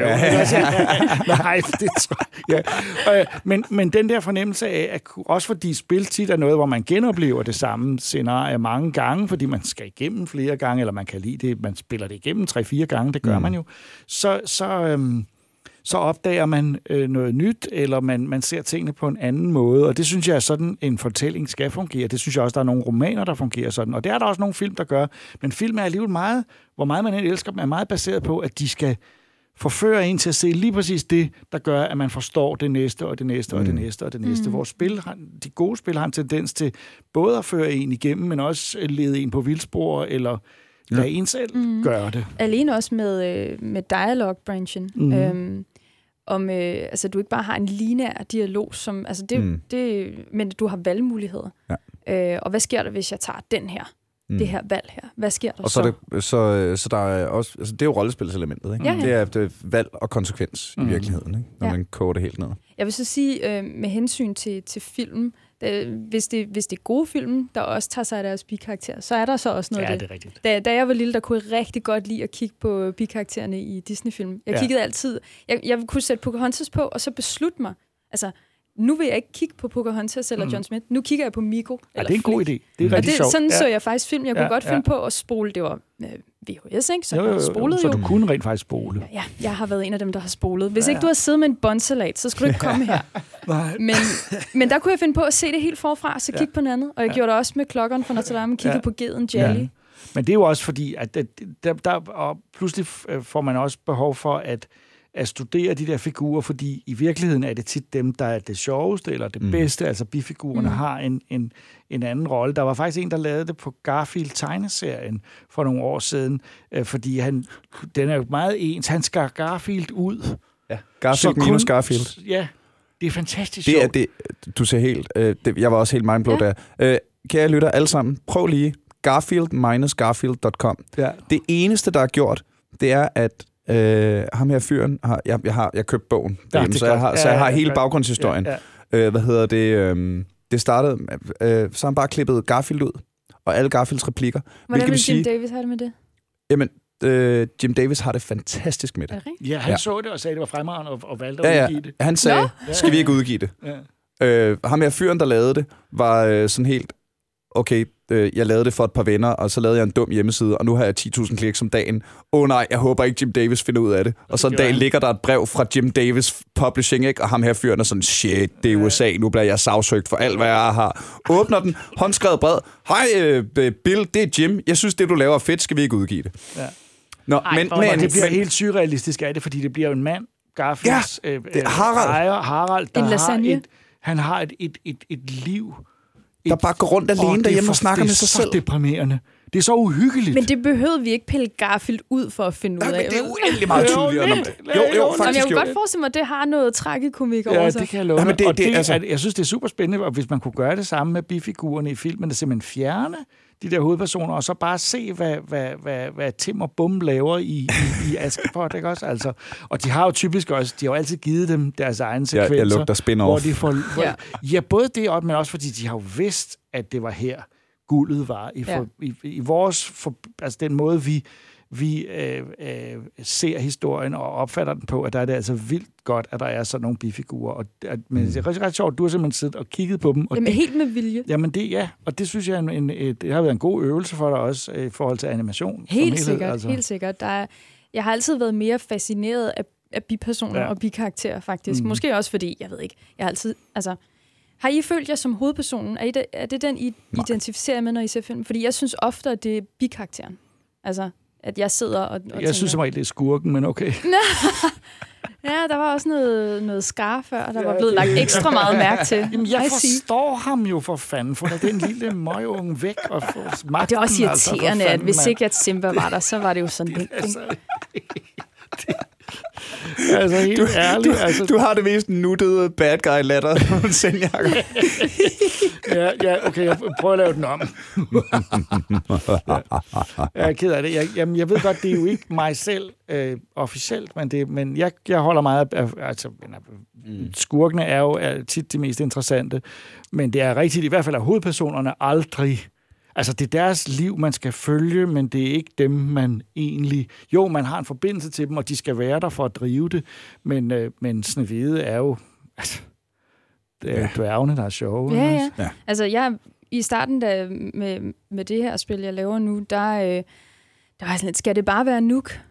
Nej, det tror jeg. Men den der fornemmelse af, at også fordi spil tit er noget, hvor man genoplever det samme scenarie mange gange, fordi man skal igennem flere gange, eller man kan lide det, man spiller det igennem 3-4 gange, det gør man jo. Så så opdager man noget nyt, eller man ser tingene på en anden måde. Og det synes jeg, at sådan en fortælling skal fungere. Det synes jeg også, der er nogle romaner, der fungerer sådan. Og det er der også nogle film, der gør. Men film er alligevel meget, hvor meget man elsker dem, er meget baseret på, at de skal forføre en til at se lige præcis det, der gør, at man forstår det næste, og det næste, og det næste, og det næste. Hvor de gode spil har en tendens til både at føre en igennem, men også lede en på vildspor, eller lade en selv gøre det. Alene også med dialog-branchen. Altså, du ikke bare har en lineær dialog, som, altså men du har valgmuligheder. Ja. Og hvad sker der, hvis jeg tager den her? Det her valg her. Hvad sker der så? Så der er også, altså det er jo rollespilselementet, ikke? Ja. Det er valg og konsekvens i virkeligheden, ikke? Når man koger det helt ned. Jeg vil så sige, med hensyn til film, hvis det er gode film, der også tager sig af deres bikarakterer, så er der så også noget af det. Det er rigtigt. Da jeg var lille, der kunne jeg rigtig godt lide at kigge på bikaraktererne i Disney-film. Jeg kiggede altid. Jeg kunne sætte Pocahontas på, og så beslutte mig. Altså, nu vil jeg ikke kigge på Pocahontas eller John Smith. Nu kigger jeg på Miko. Ja, det er en god idé. Det er rigtig sjovt. Sådan så jeg faktisk film. Jeg kunne godt finde på at spole. Det var VHS, ikke? Så jeg spolede jo. Så du kunne rent faktisk spole. Ja, jeg har været en af dem, der har spolet. Hvis ikke du har siddet med en båndsalat, så skulle du ikke komme her. Men der kunne jeg finde på at se det helt forfra, og så kigge på noget andet. Og jeg gjorde det også med klokkeren fra Notre Dame, kiggede på geden Jolly. Ja. Men det er jo også fordi, at og pludselig får man også behov for at studere de der figurer, fordi i virkeligheden er det tit dem, der er det sjoveste eller det bedste. Altså bifigurerne har en anden rolle. Der var faktisk en, der lavede det på Garfield-tegneserien for nogle år siden, fordi den er jo meget ens. Han skar Garfield ud. Ja, Garfield minus Garfield. Ja, det er fantastisk sjovt. Du ser helt... jeg var også helt mindblown der. Kære lytter alle sammen, prøv lige garfield-garfield.com. Ja. Det eneste, der er gjort, det er, at ham her fyren, jeg købt bogen, så jeg har hele baggrundshistorien. Det startede, så han bare klippet Garfield ud, og alle Garfields replikker. Hvordan vil Jim Davis have det med det? Jamen, Jim Davis har det fantastisk med det. Ja, han så det og sagde, det var fremragende og valgte at udgive det. Han sagde, skal vi ikke udgive det? Ja. Ham her fyren, der lavede det, var sådan helt, okay, jeg lavede det for et par venner, og så lavede jeg en dum hjemmeside, og nu har jeg 10.000 kliks om dagen. Nej, jeg håber ikke, Jim Davis finder ud af det. Og så en dag ligger der et brev fra Jim Davis Publishing, ikke? Og ham her fyren er sådan, shit, det er USA, nu bliver jeg sagsøgt for alt, hvad jeg har. Åbner den, håndskrevet brev. Hej, Bill, det er Jim. Jeg synes, det du laver er fedt, skal vi ikke udgive det? Ja. Nå, men det bliver helt surrealistisk af det, fordi det bliver jo en mand, Garfields Harald, der har et liv, der bare går rundt alene derhjemme og snakker med sig selv. Det er så deprimerende. Det er så uhyggeligt. Men det behøvede vi ikke pille Garfield ud for at finde ud af. Men det er uendelig meget tydeligere. Jo, faktisk. Jeg kunne godt forestille mig, at det har noget tragikomik over sig. Det kan jeg love. Jeg synes, det er super spændende, og hvis man kunne gøre det samme med bifigurerne i filmen, at simpelthen fjerne de der hovedpersoner, og så bare se, hvad Tim og Bum laver i Askepot, ikke også? Altså, og de har jo typisk også, de har jo altid givet dem deres egne sekvenser. Jeg lugter spin-off. Hvor de får, både det op, men også fordi de har jo vidst, at det var her, guldet var. I vores, altså den måde, vi ser historien og opfatter den på, at der er det altså vildt godt, at der er sådan nogle bifigurer. Men det er ret sjovt, du har simpelthen siddet og kigget på dem. Og jamen helt med vilje. Jamen og det synes jeg det har været en god øvelse for dig også i forhold til animation. Helt sikkert. Jeg har altid været mere fascineret af bipersoner og bikarakterer, faktisk. Måske også fordi, jeg ved ikke, jeg har altid... Altså, har I følt jer som hovedpersonen? Er det den, I identificerer med, når I ser film? Fordi jeg synes ofte, at det er bikarakteren. Altså, at jeg sidder og jeg synes som regel, det er skurken, men okay. Ja, der var også noget skar før, der var blevet lagt ekstra meget mærke til. Jamen, jeg forstår ham jo for fanden, for da den lille møgeunge væk og få magten. Og det er også irriterende, at hvis ikke at Simba var der, så var det jo sådan lidt. Altså helt ærligt. Altså. Du har det mest nuttede bad guy latter nogensinde, Jacob. Okay, jeg prøver at lave den om. Jeg er ked af det. Jeg ved godt, det er jo ikke mig selv officielt, men jeg holder meget af... Altså, skurkene er jo tit de mest interessante, men det er rigtigt, i hvert fald er hovedpersonerne aldrig... Altså, det er deres liv, man skal følge, men det er ikke dem, man egentlig... Jo, man har en forbindelse til dem, og de skal være der for at drive det, men Snehvide er jo... Altså, det er dværgene, der er sjove. Ja. Altså, i starten med det her spil, jeg laver nu, der var sådan lidt, skal det bare være Nook?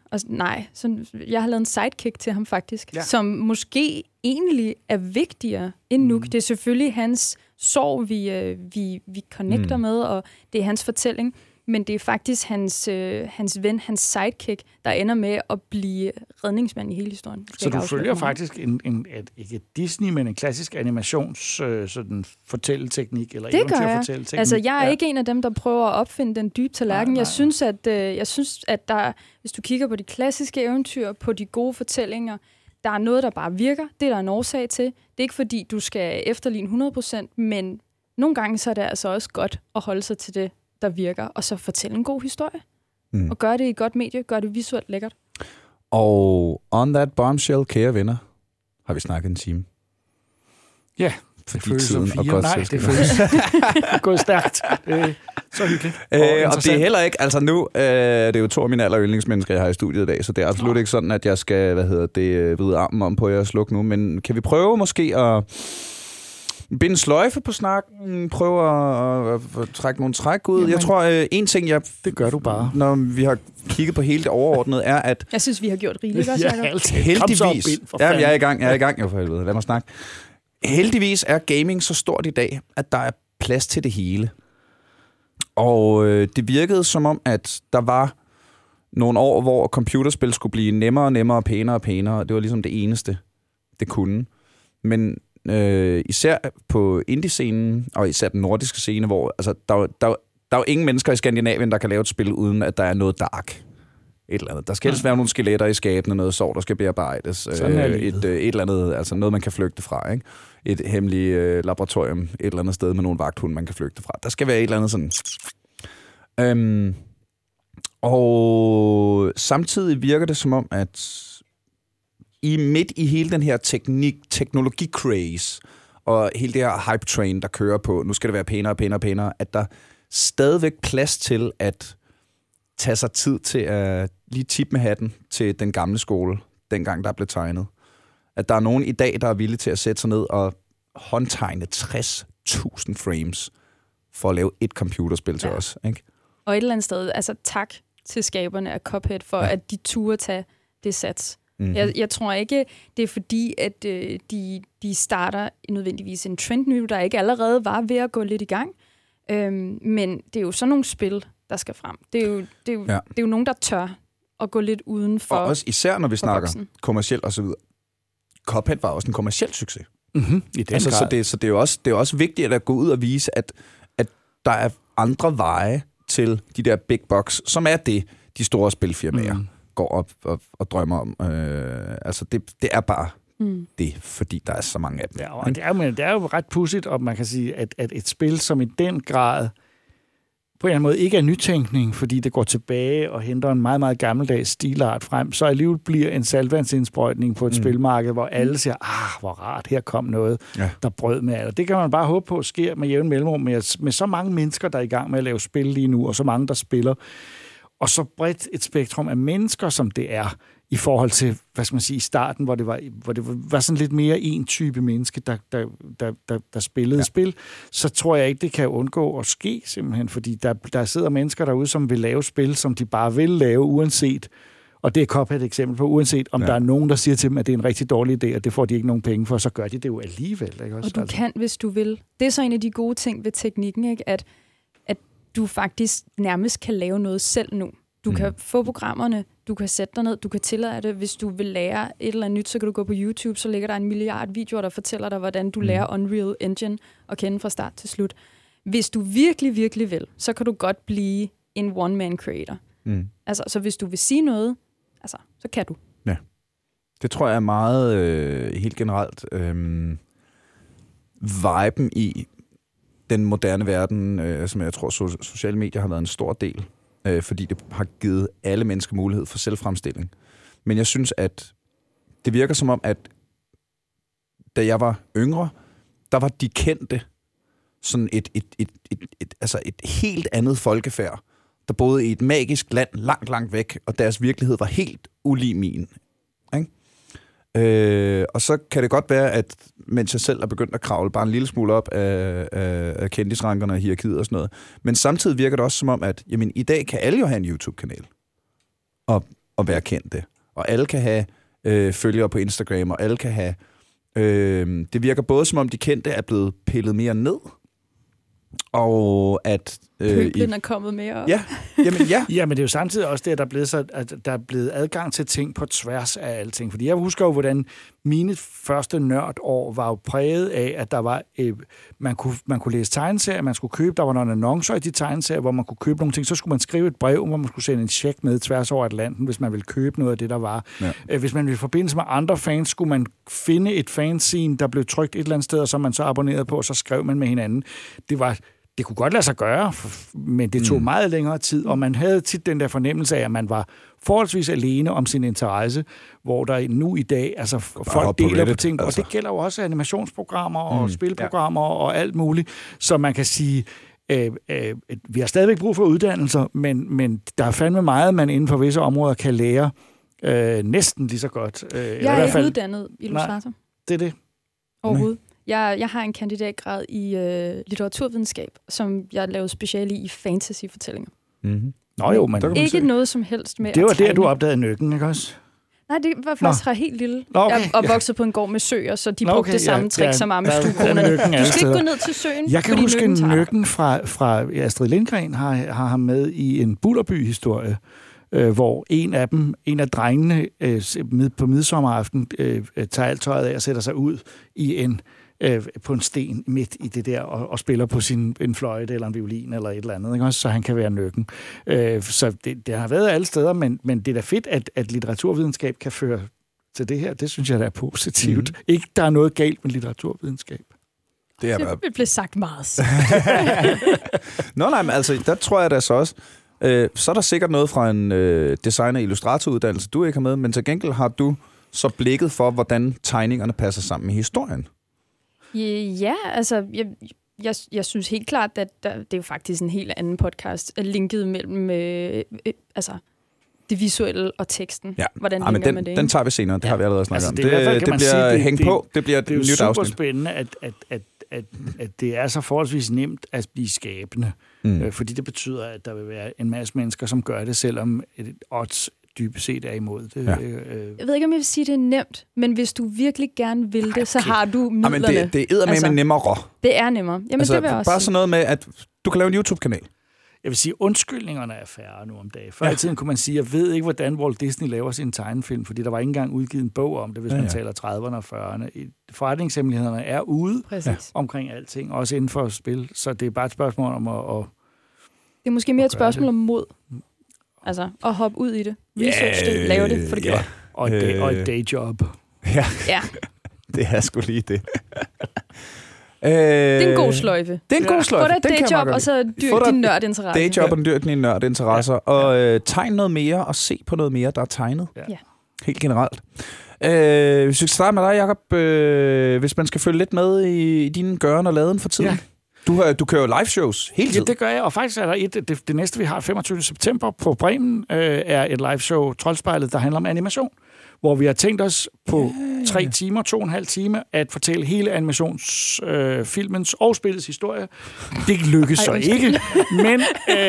Og nej, jeg har lavet en sidekick til ham faktisk, som måske egentlig er vigtigere end Nuuk. Det er selvfølgelig hans sorg, vi connecter med, og det er hans fortælling. Men det er faktisk hans ven, hans sidekick, der ender med at blive redningsmand i hele historien. Så du følger faktisk ikke Disney, men en klassisk animations sådan fortælleteknik eller eventyrfortælleteknik? Altså, jeg er ikke en af dem, der prøver at opfinde den dybe tallerken. Nej. Jeg synes, at der, hvis du kigger på de klassiske eventyr, på de gode fortællinger, der er noget, der bare virker. Det er der en årsag til. Det er ikke, fordi du skal efterligne 100%, men nogle gange så er det altså også godt at holde sig til det, der virker, og så fortælle en god historie. Og gøre det i et godt medie, gøre det visuelt lækkert. Og on that bombshell, kære venner, har vi snakket en time. Ja, det føles som 4. Nej, det føles gået stærkt. Så hyggeligt. Og det er heller ikke, altså nu, det er jo 2 af mine aller yndlingsmennesker, jeg har i studiet i dag, så det er absolut ikke sådan, at jeg skal, vride armen om på jer og slukke nu, men kan vi prøve måske at binde sløjfe på snakken, prøve at trække nogle træk ud. Jamen, jeg tror, en ting, det gør du bare. Når vi har kigget på hele det overordnede, er, at jeg synes, vi har gjort rigeligt. Heldigvis. Jeg er i gang, jo for helvede. Lad mig snakke. Heldigvis er gaming så stort i dag, at der er plads til det hele. Og det virkede som om, at der var nogle år, hvor computerspil skulle blive nemmere og nemmere, pænere og pænere. Det var ligesom det eneste, det kunne. Men især på indie-scenen, og især den nordiske scene, hvor altså, der er jo ingen mennesker i Skandinavien, der kan lave et spil, uden at der er noget dark. Et eller andet. Der skal helst være nogle skeletter i skabene, noget sår, der skal bearbejdes. Et eller andet, altså noget, man kan flygte fra. Ikke? Et hemmeligt laboratorium, et eller andet sted med nogle vagthunde, man kan flygte fra. Der skal være et eller andet sådan. Og samtidig virker det som om, at midt i hele den her teknologi-craze, og hele det her hype-train, der kører på, nu skal det være pænere og pænere og pænere, at der stadigvæk plads til at tage sig tid til at lige tippe med hatten til den gamle skole, dengang der blev tegnet. At der er nogen i dag, der er villige til at sætte sig ned og håndtegne 60.000 frames for at lave et computerspil til os. Ikke? Og et eller andet sted, altså tak til skaberne af Cuphead for, at de turde tage det sats. Mm-hmm. Jeg tror ikke, det er fordi, at de starter nødvendigvis en trend nu, der ikke allerede var ved at gå lidt i gang. Men det er jo sådan nogle spil, der skal frem. Det er jo nogen, der tør at gå lidt uden for. Og også især, når vi snakker kommercielt og så videre. Cuphead var også en kommerciel succes. Mm-hmm. I den grad. Så det er jo også vigtigt at gå ud og vise, at der er andre veje til de der big bucks, som er det, de store spilfirmaer går op og drømmer om. Altså, det er bare det, fordi der er så mange af dem. Ja, og det er jo ret pudsigt, og man kan sige, at et spil, som i den grad på en eller anden måde ikke er nytænkning, fordi det går tilbage og henter en meget, meget gammeldags stilart frem, så alligevel bliver en saltvandsindsprøjtning på et spilmarked, hvor alle siger, hvor rart, her kom noget, der brød med alt. Det kan man bare håbe på sker med jævn mellemrum, med så mange mennesker, der er i gang med at lave spil lige nu, og så mange, der spiller, og så bredt et spektrum af mennesker, som det er, i forhold til, hvad skal man sige, i starten, hvor det var sådan lidt mere en type menneske, der spillede spil, så tror jeg ikke, det kan undgå at ske, simpelthen, fordi der sidder mennesker derude, som vil lave spil, som de bare vil lave, uanset, og det er Cuphead et eksempel på, uanset om der er nogen, der siger til dem, at det er en rigtig dårlig idé, og det får de ikke nogen penge for, så gør de det jo alligevel. Ikke også? Og du kan, hvis du vil. Det er så en af de gode ting ved teknikken, ikke? At du faktisk nærmest kan lave noget selv nu. Du kan få programmerne, du kan sætte dig ned, du kan tillade det. Hvis du vil lære et eller andet nyt, så kan du gå på YouTube, så ligger der 1 milliard videoer, der fortæller dig, hvordan du lærer Unreal Engine at kende fra start til slut. Hvis du virkelig, virkelig vil, så kan du godt blive en one-man creator. Altså, så hvis du vil sige noget, altså, så kan du. Ja. Det tror jeg er meget helt generelt viben i den moderne verden, som jeg tror, sociale medier har været en stor del, fordi det har givet alle mennesker mulighed for selvfremstilling. Men jeg synes, at det virker som om, at da jeg var yngre, der var de kendte sådan et helt andet folkefærd, der boede i et magisk land langt, langt væk, og deres virkelighed var helt ulig min. Ikke? Og så kan det godt være, at mens jeg selv er begyndt at kravle bare en lille smule op af kendisrankerne og hierarkiet og sådan noget, men samtidig virker det også som om, at jamen, i dag kan alle jo have en YouTube-kanal. Og at være kendte. Og alle kan have følgere på Instagram, og alle kan have... det virker både som om de kendte er blevet pillet mere ned, og at... Pøblen er kommet mere op. Ja, jamen ja. Ja, men det er jo samtidig også det, at der er blevet adgang til ting på tværs af alting. Fordi jeg husker jo, hvordan mine første nørdår var jo præget af, at der var... man kunne læse tegneserier, man skulle købe... Der var nogle annoncer i de tegneserier, hvor man kunne købe nogle ting. Så skulle man skrive et brev, hvor man skulle sende en check med tværs over Atlanten, hvis man ville købe noget af det, der var. Ja. Hvis man ville forbinde sig med andre fans, skulle man finde et fanscene, der blev trykt et eller andet sted, og som man så abonnerede på, og så skrev man med hinanden. Det kunne godt lade sig gøre, men det tog meget længere tid, og man havde tit den der fornemmelse af, at man var forholdsvis alene om sin interesse, hvor der nu i dag, altså folk deler på ting, og det gælder jo også animationsprogrammer og spilprogrammer og alt muligt, så man kan sige, vi har stadigvæk brug for uddannelser, men der er fandme meget, man inden for visse områder kan lære næsten lige så godt. Jeg er ikke uddannet illustrator. Nej, det er det. Overhovedet. Jeg har en kandidatgrad i litteraturvidenskab, som jeg lavede speciale i fantasyfortællinger. Mm-hmm. Nå jo, men... Ikke noget som helst med det var der, du opdagede nøkken, ikke også? Nej, det var faktisk fra helt lille. Okay. Jeg er opvokset på en gård med søer, så de brugte det samme trick som mig med stuekonerne. Du skal ikke gå ned til søen, jeg kan huske nøkken fra Astrid Lindgren har ham med i en Bulderby-historie, hvor en af drengene på midsommeraften tager alt tøjet af og sætter sig ud i på en sten midt i det der, og spiller på en fløjte eller en violin eller et eller andet, ikke? Også, så han kan være nøkken. Så det har været alle steder, men det er da fedt, at litteraturvidenskab kan føre til det her. Det synes jeg, der er positivt. Ikke, der er noget galt med litteraturvidenskab. Det blev sagt meget. Nej, men altså, der tror jeg da så også, så er der sikkert noget fra en design- og illustratoruddannelse, du ikke har med, men til gengæld har du så blikket for, hvordan tegningerne passer sammen med historien. Ja, altså, jeg synes helt klart, at det er jo faktisk en helt anden podcast, linket mellem det visuelle og teksten. Ja. Hvordan linker man det? Den tager vi senere, det har vi allerede snakket om. Det bliver hængt på, det bliver et nyt afsnit. Det er jo super spændende, at det er så forholdsvis nemt at blive skabende, fordi det betyder, at der vil være en masse mennesker, som gør det, selvom et odds dybest set er imod det. Ja. Jeg ved ikke, om jeg vil sige, det er nemt, men hvis du virkelig gerne vil det, så har du midlerne. Men det er eddermame nemmere. Det er nemmere. Jamen, altså, det vil jeg også bare sådan noget med, at du kan lave en YouTube-kanal. Jeg vil sige, undskyldningerne er færre nu om dagen. Før i tiden kunne man sige, jeg ved ikke, hvordan Walt Disney laver sin tegnefilm, fordi der var ikke engang udgivet en bog om det, hvis man taler 30'erne og 40'erne. Forretningshemmelighederne er ude omkring alting, også inden for spil, så det er bare et spørgsmål om at det er måske mere et spørgsmål om mod. Altså, at hoppe ud i det. Research det, lave det, for det gjort. Og et dayjob. Ja. Det er sgu lige det. Det er en god sløjfe. Det er en god sløjfe. Få dig et dayjob, og så dyrk din nørdinteresse. Dayjob og dyrk din nørdinteresser. Og tegn noget mere, og se på noget mere, der er tegnet. Ja. Helt generelt. Hvis vi starter med dig, Jacob. Hvis man skal følge lidt med i dine gøren og laden for tiden. Ja. Du kører jo live shows hele tiden. Ja, det gør jeg, og faktisk er der det næste, vi har 25. september på Bremen, er et live show, Troldspejlet, der handler om animation, hvor vi har tænkt os på 3 timer, 2,5 timer, at fortælle hele animationsfilmens og spillets historie. Det lykkes så ikke, men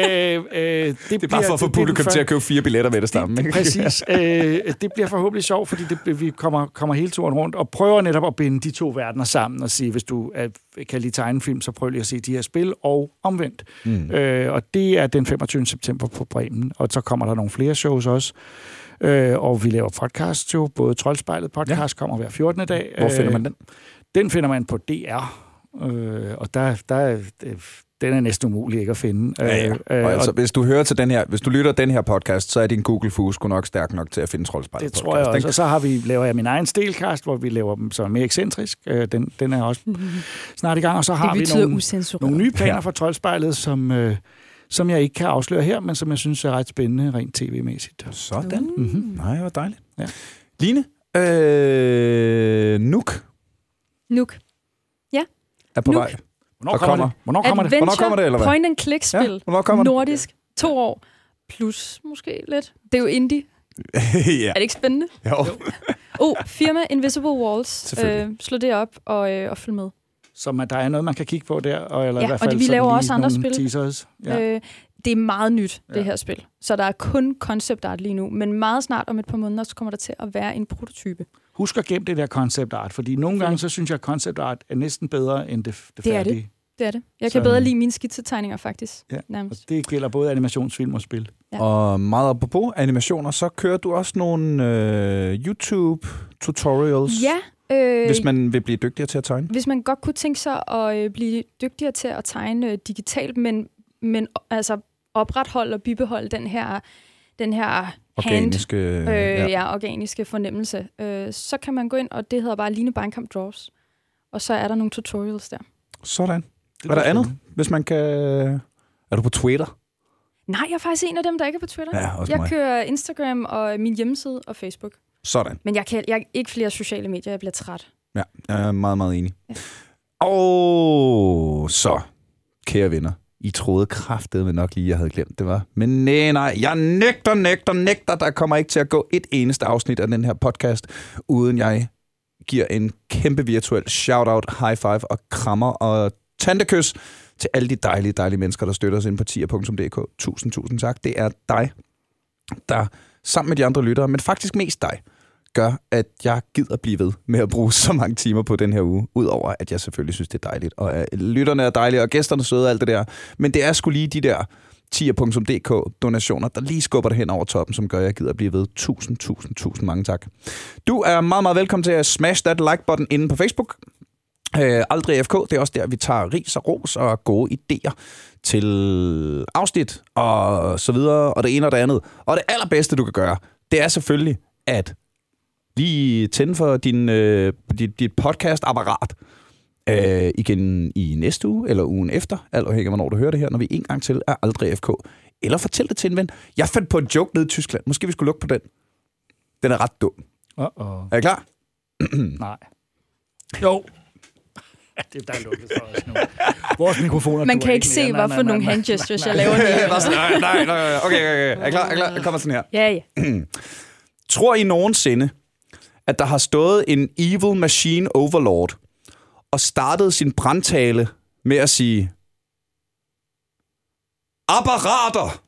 det er bare for at få publikum til at købe 4 billetter med det samme. Præcis. Det bliver forhåbentlig sjovt, fordi vi kommer hele turen rundt og prøver netop at binde de to verdener sammen og sige, hvis du kan lide tegnefilm, så prøv lige at se de her spil, og omvendt. Og det er den 25. september på Bremen, og så kommer der nogle flere shows også. Og vi laver podcast jo, både Troldspejlet podcast kommer hver 14. dag. Hvor finder man den? Den finder man på DR, og den er næsten umulig ikke at finde. Og altså, hvis du lytter den her podcast, så er din Google-fus sgu nok stærk nok til at finde Troldspejlet podcast. Det tror jeg også. Og så laver jeg min egen stelcast, hvor vi laver dem så mere ekscentrisk. Den er også snart i gang, og så har vi nogle nye planer for Troldspejlet, som jeg ikke kan afsløre her, men som jeg synes er ret spændende rent tv-mæssigt. Sådan. Nej, hvor dejligt. Ja. Line, Nuuk. Ja. Er på vej. Hvornår kommer det? Hvornår kommer det, eller hvad? Point and click-spil. Ja, nordisk. 2 år. Plus måske lidt. Det er jo indie. Ja. Er det ikke spændende? Jo. Firma Invisible Walls. Slå det op og følg med. Så der er noget, man kan kigge på der? Eller i hvert fald og vi laver også andre spil. Teasers. Ja. Det er meget nyt, det her spil. Så der er kun concept art lige nu, men meget snart om et par måneder, så kommer der til at være en prototype. Husk at gemme det der concept art, fordi nogle gange, så synes jeg, at concept art er næsten bedre end det færdige. Det er det. Jeg kan bedre lide mine skitsetegninger, faktisk. Ja, nærmest. Og det gælder både animationsfilm og spil. Ja. Og meget apropos animationer, så kører du også nogle YouTube-tutorials. Ja. Hvis man vil blive dygtigere til at tegne. Hvis man godt kunne tænke sig at blive dygtigere til at tegne digitalt, men altså opretholde og bibeholde den her organiske fornemmelse, så kan man gå ind, og det hedder bare Line Barnkamp Draws. Og så er der nogle tutorials der. Sådan. Er der andet, hvis man kan... Er du på Twitter? Nej, jeg er faktisk en af dem, der ikke er på Twitter. Ja, jeg kører Instagram og min hjemmeside og Facebook. Sådan. Men jeg er ikke flere sociale medier, jeg bliver træt. Ja, jeg er meget, meget enig. Ja. Og så, kære venner, I troede kraftedeme nok lige, jeg havde glemt det, var. Men nej, jeg nægter. Der kommer ikke til at gå et eneste afsnit af den her podcast, uden jeg giver en kæmpe virtuel shout-out, high five og krammer og tantekys til alle de dejlige mennesker, der støtter os ind på tier.dk. Tusind tak. Det er dig, der sammen med de andre lyttere, men faktisk mest dig, gør, at jeg gider blive ved med at bruge så mange timer på den her uge, udover at jeg selvfølgelig synes, det er dejligt, og lytterne er dejlige, og gæsterne er søde og alt det der. Men det er sgu lige de der tier.dk-donationer, der lige skubber det hen over toppen, som gør, at jeg gider blive ved. Tusind mange tak. Du er meget velkommen til at smash that like-button inde på Facebook. Aldrig FK, det er også der, vi tager ris og ros og gode idéer til afsnit og så videre, og det ene og det andet. Og det allerbedste, du kan gøre, det er selvfølgelig at lige tænde for dit podcast-apparat igen i næste uge, eller ugen efter, alt afhængig af, hvornår du hører det her, når vi en gang til er Aldrig FK. Eller fortæl det til en ven. Jeg fandt på en joke nede i Tyskland. Måske vi skulle lukke på den. Den er ret dum. Er I klar? Nej. Jo. Det er der lukket for os nu. Vores mikrofoner... Man kan ikke se, hvad for nogle handgestures, jeg laver her. Nej. Okay. Er I klar? Jeg kommer sådan her. Ja. Tror I nogensinde, at der har stået en evil machine overlord og startet sin brandtale med at sige: apparater!